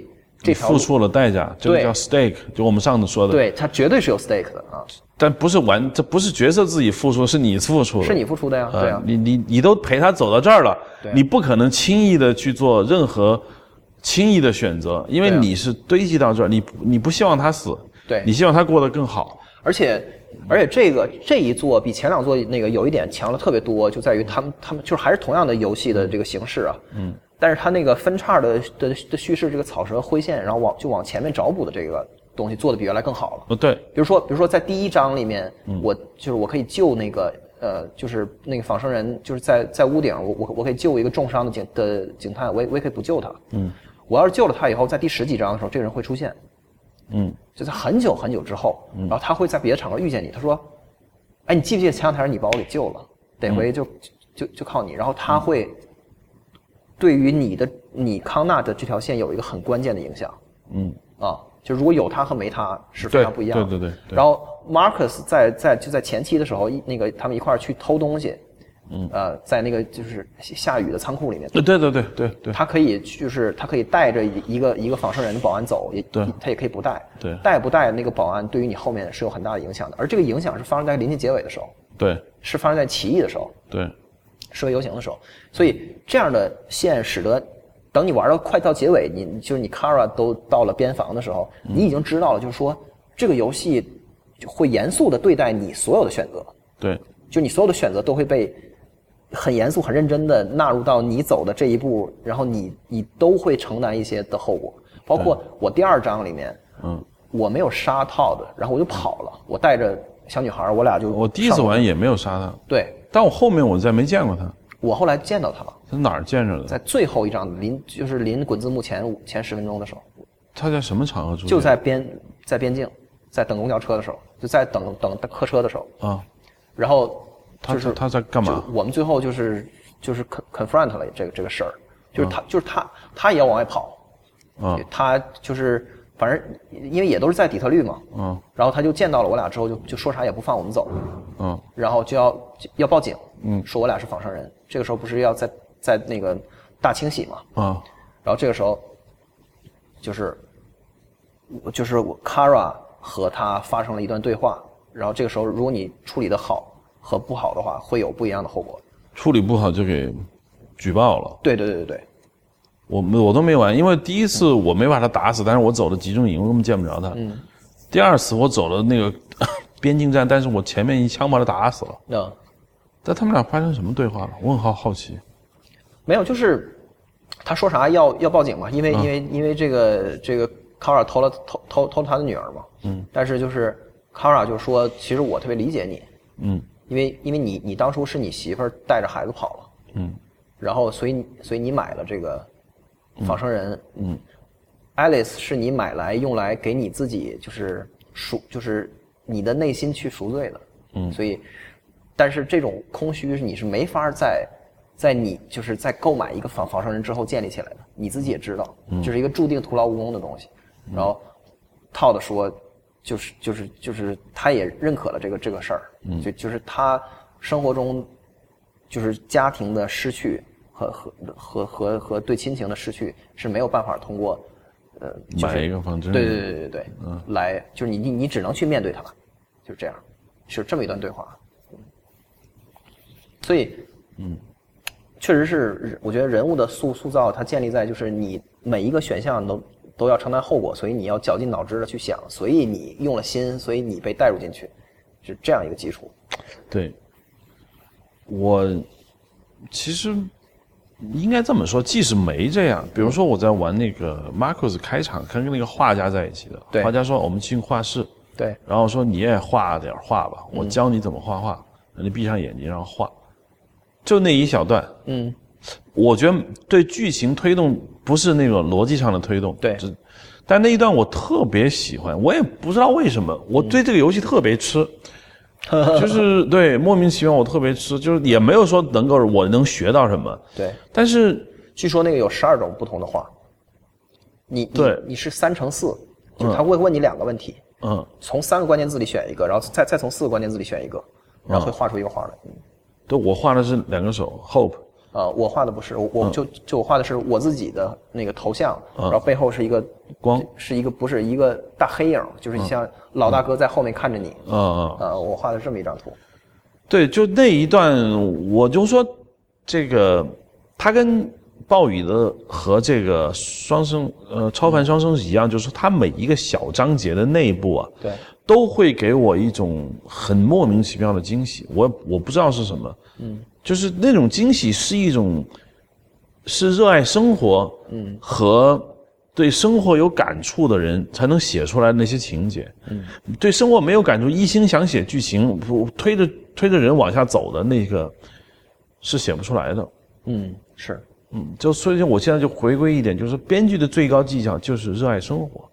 这条付出了代价，这个叫 stake， 就我们上次说的。 对，它绝对是有 stake 的啊。 但不是这不是角色自己付出，是你付出的， 是你付出的呀，对啊。 你都陪他走到这儿了，你不可能轻易的去做任何轻易的选择，因为你是堆积到这儿，你不希望他死， 对， 你希望他过得更好。 而且这一座比前2座那个有一点强了特别多，就在于他们就是还是同样的游戏的这个形式啊，但是他那个分叉的叙事，这个草蛇灰线，然后往前面找补的这个东西做的比原来更好了。 对， 比如说在第1章里面，我可以救那个就是那个仿生人，就是在屋顶，我可以救一个重伤的警探，我也可以不救他。我要是救了他以后，在第10几章的时候，这个人会出现。就在很久很久之后，然后他会在别的场合遇见你，他说：“哎，你记不记得前2天你把我给救了？得回就靠你。”然后他会对于你康纳的这条线有一个很关键的影响。就如果有他和没他是非常不一样的。 对。 然后 Marcus 在前期的时候，那个他们一块儿去偷东西。在那个就是下雨的仓库里面。对。他可以带着一个仿生人的保安走，他也可以不带。 对， 带不带那个保安对于你后面是有很大的影响的，而这个影响是发生在临近结尾的时候。 对， 是发生在起义的时候。 对， 示威游行的时候。所以这样的线使得等你玩到快到结尾，你 Kara 都到了边防的时候，你已经知道了，就是说这个游戏会严肃的对待你所有的选择。 对， 就你所有的选择都会被很严肃、很认真的纳入到你走的这一步，然后你都会承担一些的后果，包括我第2章里面，我没有杀Todd，然后我就跑了，我带着小女孩，我第一次玩也没有杀他， 对， 但我后面我再没见过他， 我后来见到他了， 在哪儿见着的？ 在最后1章就是临滚字幕前10分钟的时候， 他在什么场合出现？ 就在边境，在等公交车的时候，就在等客车的时候啊，然后。 他在干嘛？ 我们最后就是 confront 了这个事儿，就是他也要往外跑，他就是反正因为也都是在底特律嘛，然后他就见到了我俩之后就说啥也不放我们走，然后就要报警，说我俩是仿生人，这个时候不是要在那个大清洗嘛，然后这个时候就是我 Kara 和他发生了一段对话，然后这个时候如果你处理得好和不好的话，会有不一样的后果。 处理不好就给举报了。 对。 我都没玩，因为第一次我没把他打死，但是我走了集中营，我根本见不着他。第2次我走了那个边境站，但是我前面一枪把他打死了。但他们俩发生什么对话了？我很好奇。 没有，就是他说啥要报警嘛，因为这个 Kara 偷了他的女儿嘛。但是就是 Kara 就说，其实我特别理解你。因为你当初是你媳妇儿带着孩子跑了，然后所以你买了这个仿生人，Alice 是你买来用来给你自己就是你的内心去赎罪的，所以但是这种空虚你是没法在你就是在购买一个仿生人之后建立起来的，你自己也知道，这是一个注定徒劳无功的东西。然后Todd说。就是他也认可了这个事儿，就是他生活中就是家庭的失去和对亲情的失去是没有办法通过买一个仿真人， 对，来就是你只能去面对它，就是这样，是这么一段对话。所以确实是我觉得人物的塑造它建立在就是你每一个选项都要承担后果，所以你要绞尽脑汁的去想，所以你用了心，所以你被带入进去，是这样一个基础。 对，我其实应该这么说，即使没这样，比如说我在玩那个 Marcus 开场跟那个画家在一起的， 对， 画家说我们进画室， 对， 然后说你也画点画吧，我教你怎么画画，你闭上眼睛然后画，就那一小段，我觉得对剧情推动不是那种逻辑上的推动， 对， 但那一段我特别喜欢，我也不知道为什么，我对这个游戏特别吃，就是对莫名其妙我特别吃，就是也没有说我能学到什么， 对， 但是据说那个有12种不同的画，你是3×4，就是他会问你2个问题，从3个关键字里选一个，然后再从4个关键字里选一个，然后会画出一个画来。 对，我画的是2个手 ，Hope。 我画的不是，我就我画的是我自己的那个头像，然后背后是一个光， 是一个不是一个大黑影，就是像老大哥在后面看着你。我画的是这么一张图。 对，就那一段，我就说这个他跟暴雨的和这个超凡双生是一样，就是说他每一个小章节的内部啊， 对， 都会给我一种很莫名其妙的惊喜，我不知道是什么，就是那种惊喜是一种是热爱生活，和对生活有感触的人才能写出来那些情节，对生活没有感触，一心想写剧情，推着人往下走的那个是写不出来的。 是， 就所以我现在就回归一点，就是编剧的最高技巧就是热爱生活，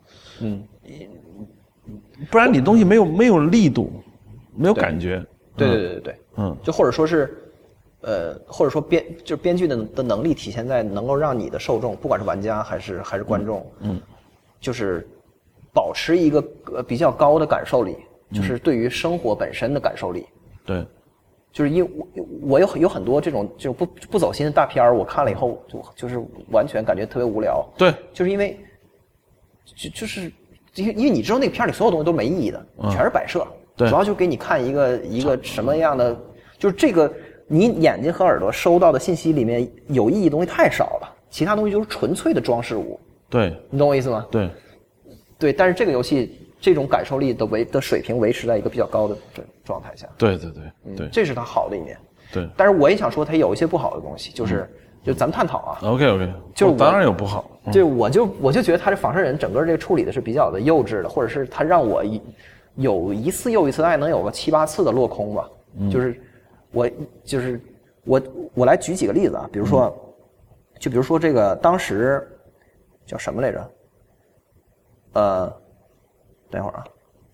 不然你东西没有力度，没有感觉。 对，就或者说是。或者说编剧的能力体现在能够让你的受众，不管是玩家还是观众，就是保持一个比较高的感受力，就是对于生活本身的感受力。 对， 就是因为我有很多这种不走心的大片我看了以后就是完全感觉特别无聊。 对， 就是因为就是因为你知道那个片里所有东西都没意义的，全是摆设，主要就给你看一个什么样的，就是这个。你眼睛和耳朵收到的信息里面有意义的东西太少了，其他东西就是纯粹的装饰物。 对， 你懂我意思吗？对，但是这个游戏这种感受力的水平维持在一个比较高的状态下。 对， 这是它好的一面。 对， 但是我也想说它有一些不好的东西，就咱们探讨啊。 OK， 就是当然有不好。 我就觉得他这仿生人整个这个处理的是比较的幼稚的，或者是他让我有一次又一次，大概能有个7、8次的落空吧。我来举几个例子啊，比如说这个当时叫什么来着？等一会儿啊，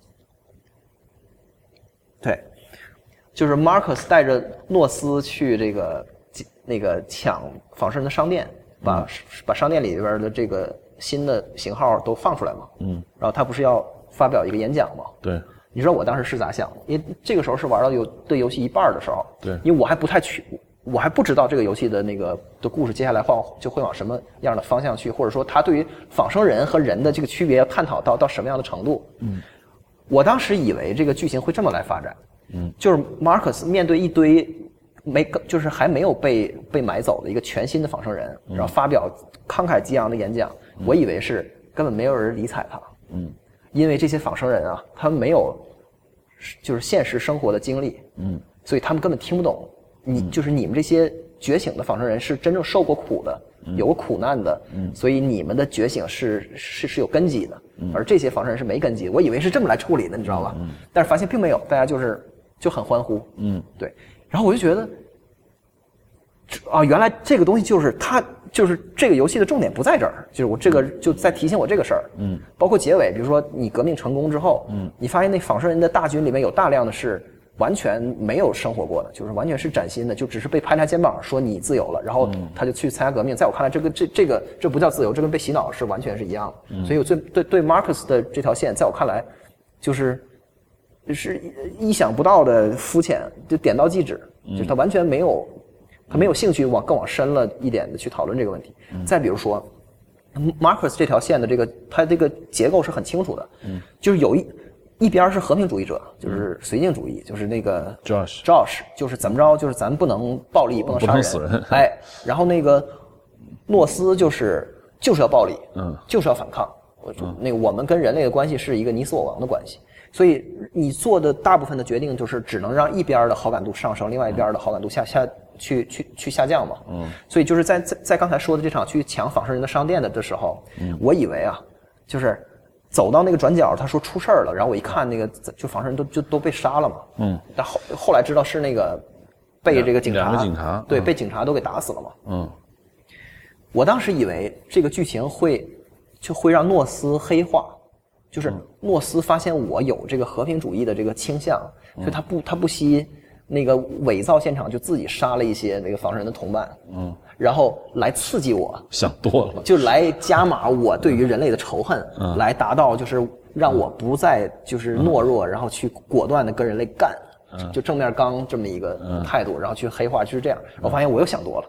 对，就是 Marcus 带着诺斯去那个抢仿生人的商店，把商店里边的这个新的型号都放出来嘛，然后他不是要发表一个演讲吗？ 对。 你知道我当时是咋想的？因为这个时候是玩到对游戏一半的时候， 对， 因为我还不知道这个游戏的的故事接下来就会往什么样的方向去，或者说他对于仿生人和人的这个区别要探讨到什么样的程度。我当时以为这个剧情会这么来发展，就是 Marcus 面对一堆就是还没有被买走的一个全新的仿生人，然后发表慷慨激昂的演讲，我以为是根本没有人理睬他，因为这些仿生人啊，他们没有就是现实生活的经历，所以他们根本听不懂就是你们这些觉醒的仿生人是真正受过苦的，有过苦难的，所以你们的觉醒是有根基的，而这些仿生人是没根基的。我以为是这么来处理的，你知道吧？但是发现并没有，大家就很欢呼，对。然后我就觉得，原来这个东西就是这个游戏的重点不在这儿，就是我这个就在提醒我这个事儿，包括结尾，比如说你革命成功之后，你发现那仿生人的大军里面有大量的是完全没有生活过的，就是完全是崭新的，就只是被拍肩膀说你自由了，然后他就去参加革命。在我看来，这不叫自由，这跟被洗脑是完全是一样的。所以我对 Marcus 的这条线，在我看来就是意想不到的肤浅，就点到即止，就是他完全没有兴趣更往深了一点的去讨论这个问题。再比如说 Marcus 这条线的它这个结构是很清楚的，就是有一边是和平主义者，就是绥靖主义，就是那个 Josh 就是怎么着，就是咱不能暴力，不能杀人， 死人， 然后那个诺斯就是要暴力，就是要反抗。我们跟人类的关系是一个你死我亡的关系，所以你做的大部分的决定就是只能让一边的好感度上升，另外一边的好感度去下降嘛。所以就是在刚才说的这场去抢仿生人的商店的时候，我以为啊，就是走到那个转角，他说出事儿了，然后我一看那个就仿生人都被杀了嘛。但后来知道是那个被这个警察对被警察都给打死了嘛。我当时以为这个剧情会让诺斯黑化，就是诺斯发现我有这个和平主义的这个倾向，所以他不惜那个伪造现场，就自己杀了一些那个仿生人的同伴，然后来刺激我， 想多了， 就来加码我对于人类的仇恨，来达到就是让我不再就是懦弱，然后去果断的跟人类干，就正面刚这么一个态度，然后去黑化，就是这样。我发现我又想多了，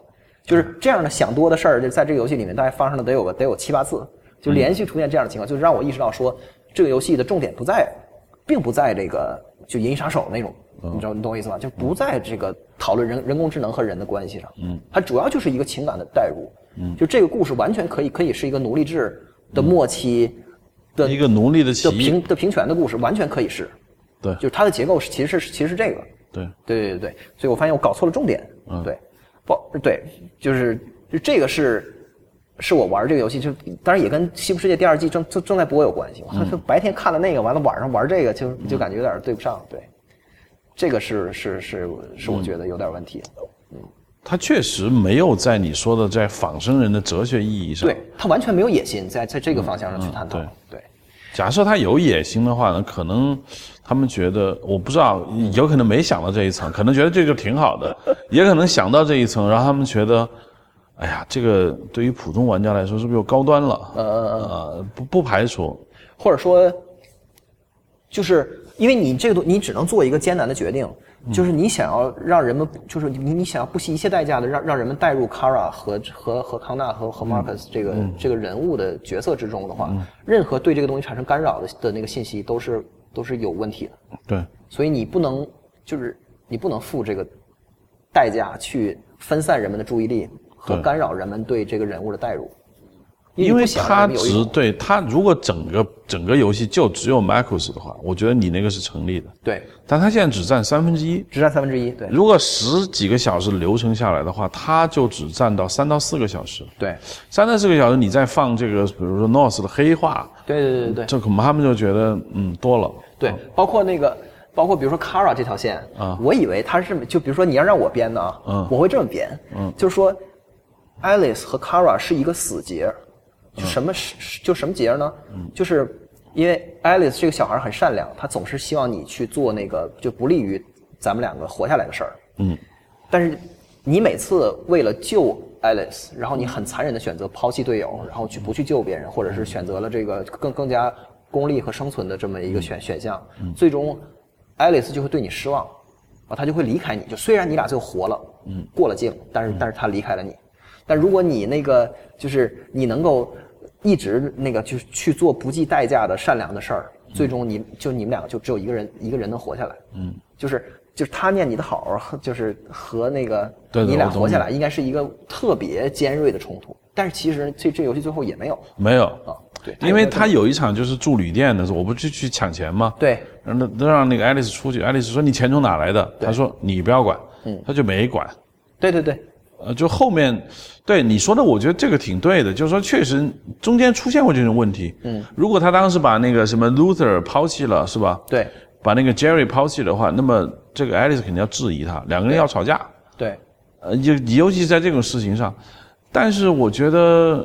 就是这样的想多的事儿，就在这个游戏里面大概发生了得有7、8次，就连续出现这样的情况，就是让我意识到说，这个游戏的重点并不在这个就银翼杀手那种，你懂我意思吗？就不在这个讨论人工智能和人的关系上，它主要就是一个情感的代入，就这个故事完全可以是一个奴隶制的末期的一个奴隶的起义的平权的故事，完全可以是， 对， 就是它的结构其实是这个，对，所以我发现我搞错了重点，对，就是这个是我玩这个游戏，就当然也跟《西部世界》第2季正在播有关系。就白天看了那个，完了晚上玩这个，就感觉有点对不上。对，这个是我觉得有点问题。 他确实没有在你说的在仿生人的哲学意义上， 对他完全没有野心在这个方向上去探讨。对， 假设他有野心的话呢，可能他们觉得我不知道，有可能没想到这一层，可能觉得这就挺好的，也可能想到这一层，然后他们觉得。哎呀，这个对于普通玩家来说是不是又高端了？不排除， 或者说，就是因为你这个你只能做一个艰难的决定，就是你想要让人们，就是你想要不惜一切代价的让人们带入 Kara 和康纳和 Marcus 这个人物的角色之中的话，任何对这个东西产生干扰的那个信息都是有问题的。 对， 所以你不能付这个代价去分散人们的注意力。和干扰人们对这个人物的代入， 因为他如果整个游戏就只有 Marcus 的话，我觉得你那个是成立的。 对， 但他现在只占1/3， 只占1/3。对， 如果10几个小时流程下来的话，他就只占到3到4个小时。 对 ，3到4个小时，你再放这个，比如说 North 的黑化， 对， 这恐怕他们就觉得多了。 对，包括比如说 Kara 这条线我以为他是就比如说你要让我编的我会这么编，就是说。Alice 和 Kara 是一个死结，就什么结呢？就是因为 Alice 这个小孩很善良，他总是希望你去做那个就不利于咱们两个活下来的事儿。但是你每次为了救 Alice， 然后你很残忍的选择抛弃队友，然后不去救别人，或者是选择了这个更加功利和生存的这么一个选项，最终 Alice 就会对你失望，他就会离开你。就虽然你俩最后活了，过了境，但是他离开了你。但如果你那个就是你能够一直那个就是去做不计代价的善良的事儿，最终你们两个就只有一个人能活下来。就是他念你的好，就是和那个你俩活下来，应该是一个特别尖锐的冲突。但是其实这游戏最后也没有对，因为他有一场就是住旅店的时候，我不去抢钱吗？ 对， 让那个爱丽丝出去，爱丽丝说你钱从哪来的？他说你不要管，他就没管。 对。 就后面对你说的，我觉得这个挺对的，就是说确实中间出现过这种问题。如果他当时把那个什么 Luther 抛弃了，是吧？ 对， 把那个 Jerry 抛弃的话，那么这个 Alice 肯定要质疑他，两个人要吵架。 对， 尤其是在这种事情上，但是我觉得，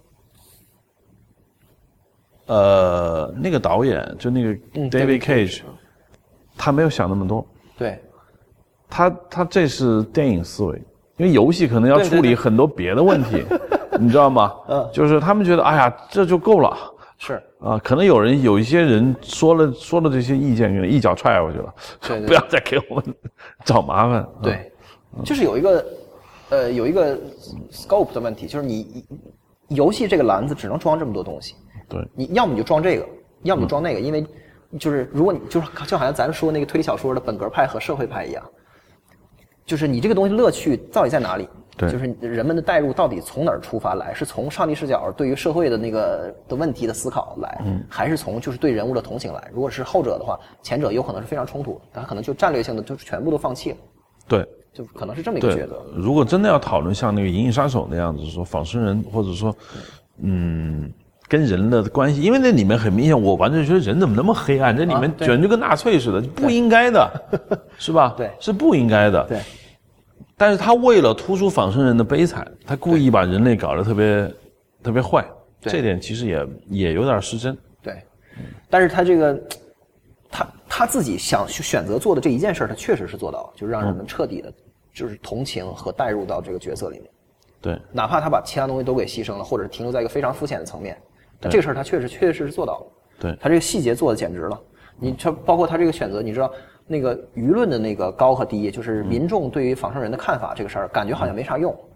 那个导演就那个 David Cage，他没有想那么多。 对， 他这是电影思维。因为游戏可能要处理很多别的问题，你知道吗？就是他们觉得，哎呀，这就够了。 是可能有一些人说了这些意见，一脚踹过去了， 对， 不要再给我们找麻烦。 对，就是有一个 scope 的问题，就是你游戏这个篮子只能装这么多东西。 对， 你要么你就装这个，要么就装那个，因为就是如果你就好像咱们说那个推理小说的本格派和社会派一样。就是你这个东西乐趣到底在哪里？ 对， 就是人们的代入到底从哪儿出发来？是从上帝视角对于社会的那个的问题的思考来，还是从就是对人物的同情来？如果是后者的话，前者有可能是非常冲突的，他可能就战略性的就全部都放弃了。 对， 就可能是这么一个抉择。 如果真的要讨论像那个《银翼杀手》那样子，说仿生人或者说，跟人的关系，因为那里面很明显，我完全觉得人怎么那么黑暗，这里面卷就跟纳粹似的，不应该的，是吧？ 对， 是不应该的。 对。 但是他为了突出仿生人的悲惨，他故意把人类搞得特别坏，这点其实也有点失真。 对，但是他这个他自己想去选择做的这一件事，他确实是做到了，就是让人们彻底的，就是同情和带入到这个角色里面。 对， 哪怕他把其他东西都给牺牲了，或者是停留在一个非常肤浅的层面，但这个事儿他确实是做到了。 对， 他这个细节做的简直了。包括他这个选择，你知道那个舆论的那个高和低，就是民众对于仿生人的看法这个事儿，感觉好像没啥用。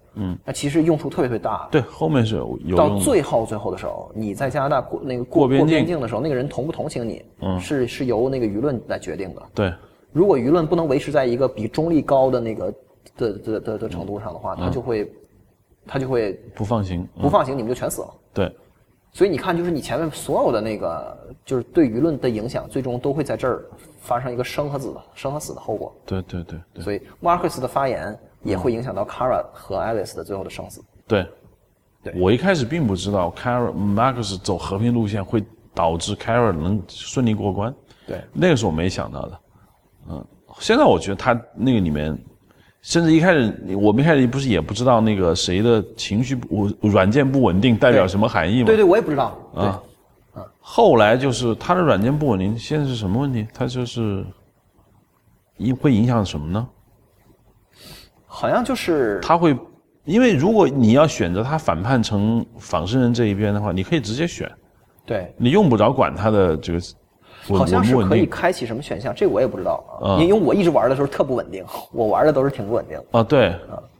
那其实用处特别大。 对，后面是有用的。 到最后的时候，你在加拿大过边境的时候，那个人同不同情你，是由那个舆论来决定的。 对， 如果舆论不能维持在一个比中立高的那个的程度上的话，他就会不放行， 你们就全死了。 对。 所以你看，就是你前面所有的那个，就是对舆论的影响，最终都会在这儿发生一个生和死的后果。 对。 所以 Marcus 的发言也会影响到 Kara 和 Alice 的最后的生死。 对。我一开始并不知道 Marcus 走和平路线会导致 Kara 能顺利过关。 对， 那个是我没想到的。现在我觉得他那个里面。甚至我们一开始不是也不知道那个谁的情绪软件不稳定代表什么含义吗？ 对，我也不知道。对， 后来就是他的软件不稳定，现在是什么问题？他就是会影响什么呢？ 好像就是他会，因为如果你要选择他反叛成仿生人这一边的话，你可以直接选。 对， 你用不着管他的这个。 好像是可以开启什么选项，这个我也不知道啊。因为我一直玩的时候特不稳定，我玩的都是挺不稳定啊。对。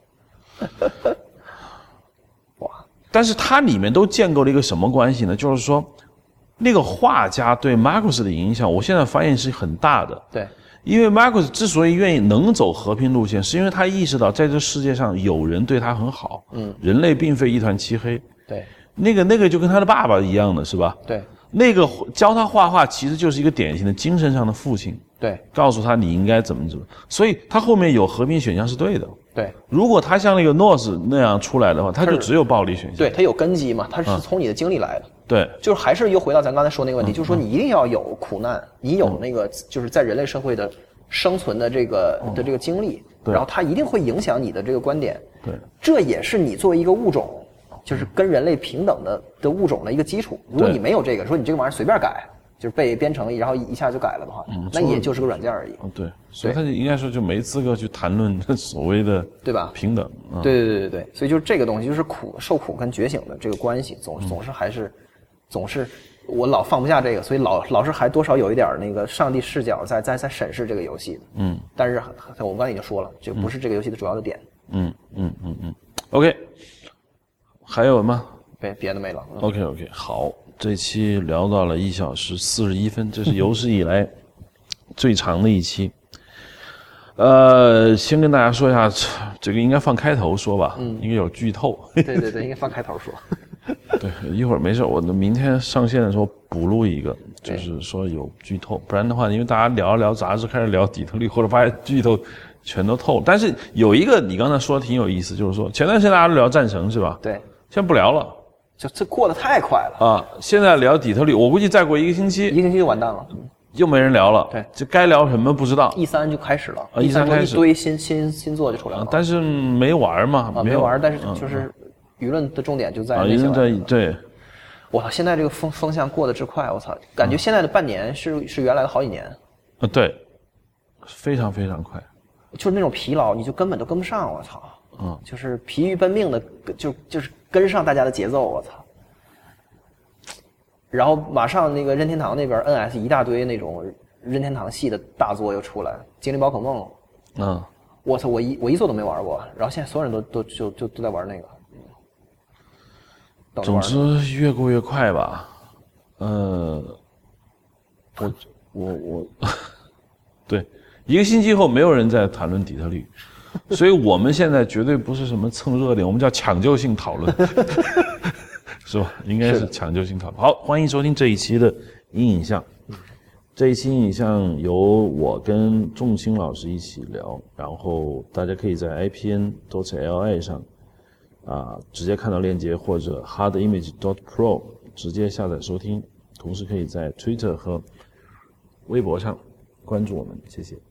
哇！但是它里面都建构了一个什么关系呢？就是说，那个画家对 Marcus 的影响，我现在发现是很大的。 对。 因为 Marcus 之所以愿意能走和平路线，是因为他意识到在这世界上有人对他很好。人类并非一团漆黑。 对。 那个就跟他的爸爸一样的是吧？ 对。 那个教他画画其实就是一个典型的精神上的父亲， 对， 告诉他你应该怎么，所以他后面有和平选项是对的。 对， 如果他像那个诺斯那样出来的话，他就只有暴力选项。 对，他有根基嘛，他是从你的经历来的。 对， 就是还是又回到咱刚才说那个问题，就是说你一定要有苦难，你有那个就是在人类社会的生存的这个经历，然后它一定会影响你的这个观点。 对， 这也是你作为一个物种。就是跟人类平等的物种的一个基础。如果你没有这个，说你这个玩意儿随便改，就是被编程然后一下就改了的话，那也就是个软件而已。 对，所以他应该说就没资格去谈论所谓的对吧平等。 对，所以就是这个东西，就是受苦跟觉醒的这个关系，总是我老放不下这个，所以老是还多少有一点那个上帝视角在审视这个游戏的。但是我们刚才已经说了，这不是这个游戏的主要的点。 OK。还有吗？ 别的没了。 OK， 好，这期聊到了1小时41分，这是有史以来最长的一期。先跟大家说一下，这个应该放开头说吧，应该有剧透。 对，应该放开头说。 对，一会儿没事，我明天上线的时候补录一个，就是说有剧透，不然的话，因为大家聊一聊杂志，开始聊底特律，或者发现剧透全都透了。但是有一个你刚才说的挺有意思，就是说前段时间大家都聊战神是吧？ 对。 现在不聊了， 就这过得太快了啊！现在聊底特律，我估计再过1个星期就完蛋了， 又没人聊了。 对， 就该聊什么不知道。 E3就开始了 ，E3开始一堆新作就出来了， 但是没玩嘛， 没玩，但是就是舆论的重点就在那些。 对， 我操！现在这个风向过得之快，我操！感觉现在的半年是原来的好几年。 对，非常非常快， 就是那种疲劳，你就根本都跟不上，我操！就是疲于奔命的，就是跟上大家的节奏，我操！然后马上那个任天堂那边 NS 一大堆那种任天堂系的大作又出来，精灵宝可梦，我操！我一作都没玩过，然后现在所有人都在玩那个。 总之越过越快吧，我对，1个星期后没有人在谈论底特律。所以我们现在绝对不是什么蹭热点，我们叫抢救性讨论，是吧？应该是抢救性讨论。好，欢迎收听这一期的阴影像。这一期阴影像由我跟仲卿老师一起聊，然后大家可以在 IPN.LI 上直接看到链接，或者 hardimage.pro 直接下载收听。同时可以在 Twitter 和微博上关注我们，谢谢。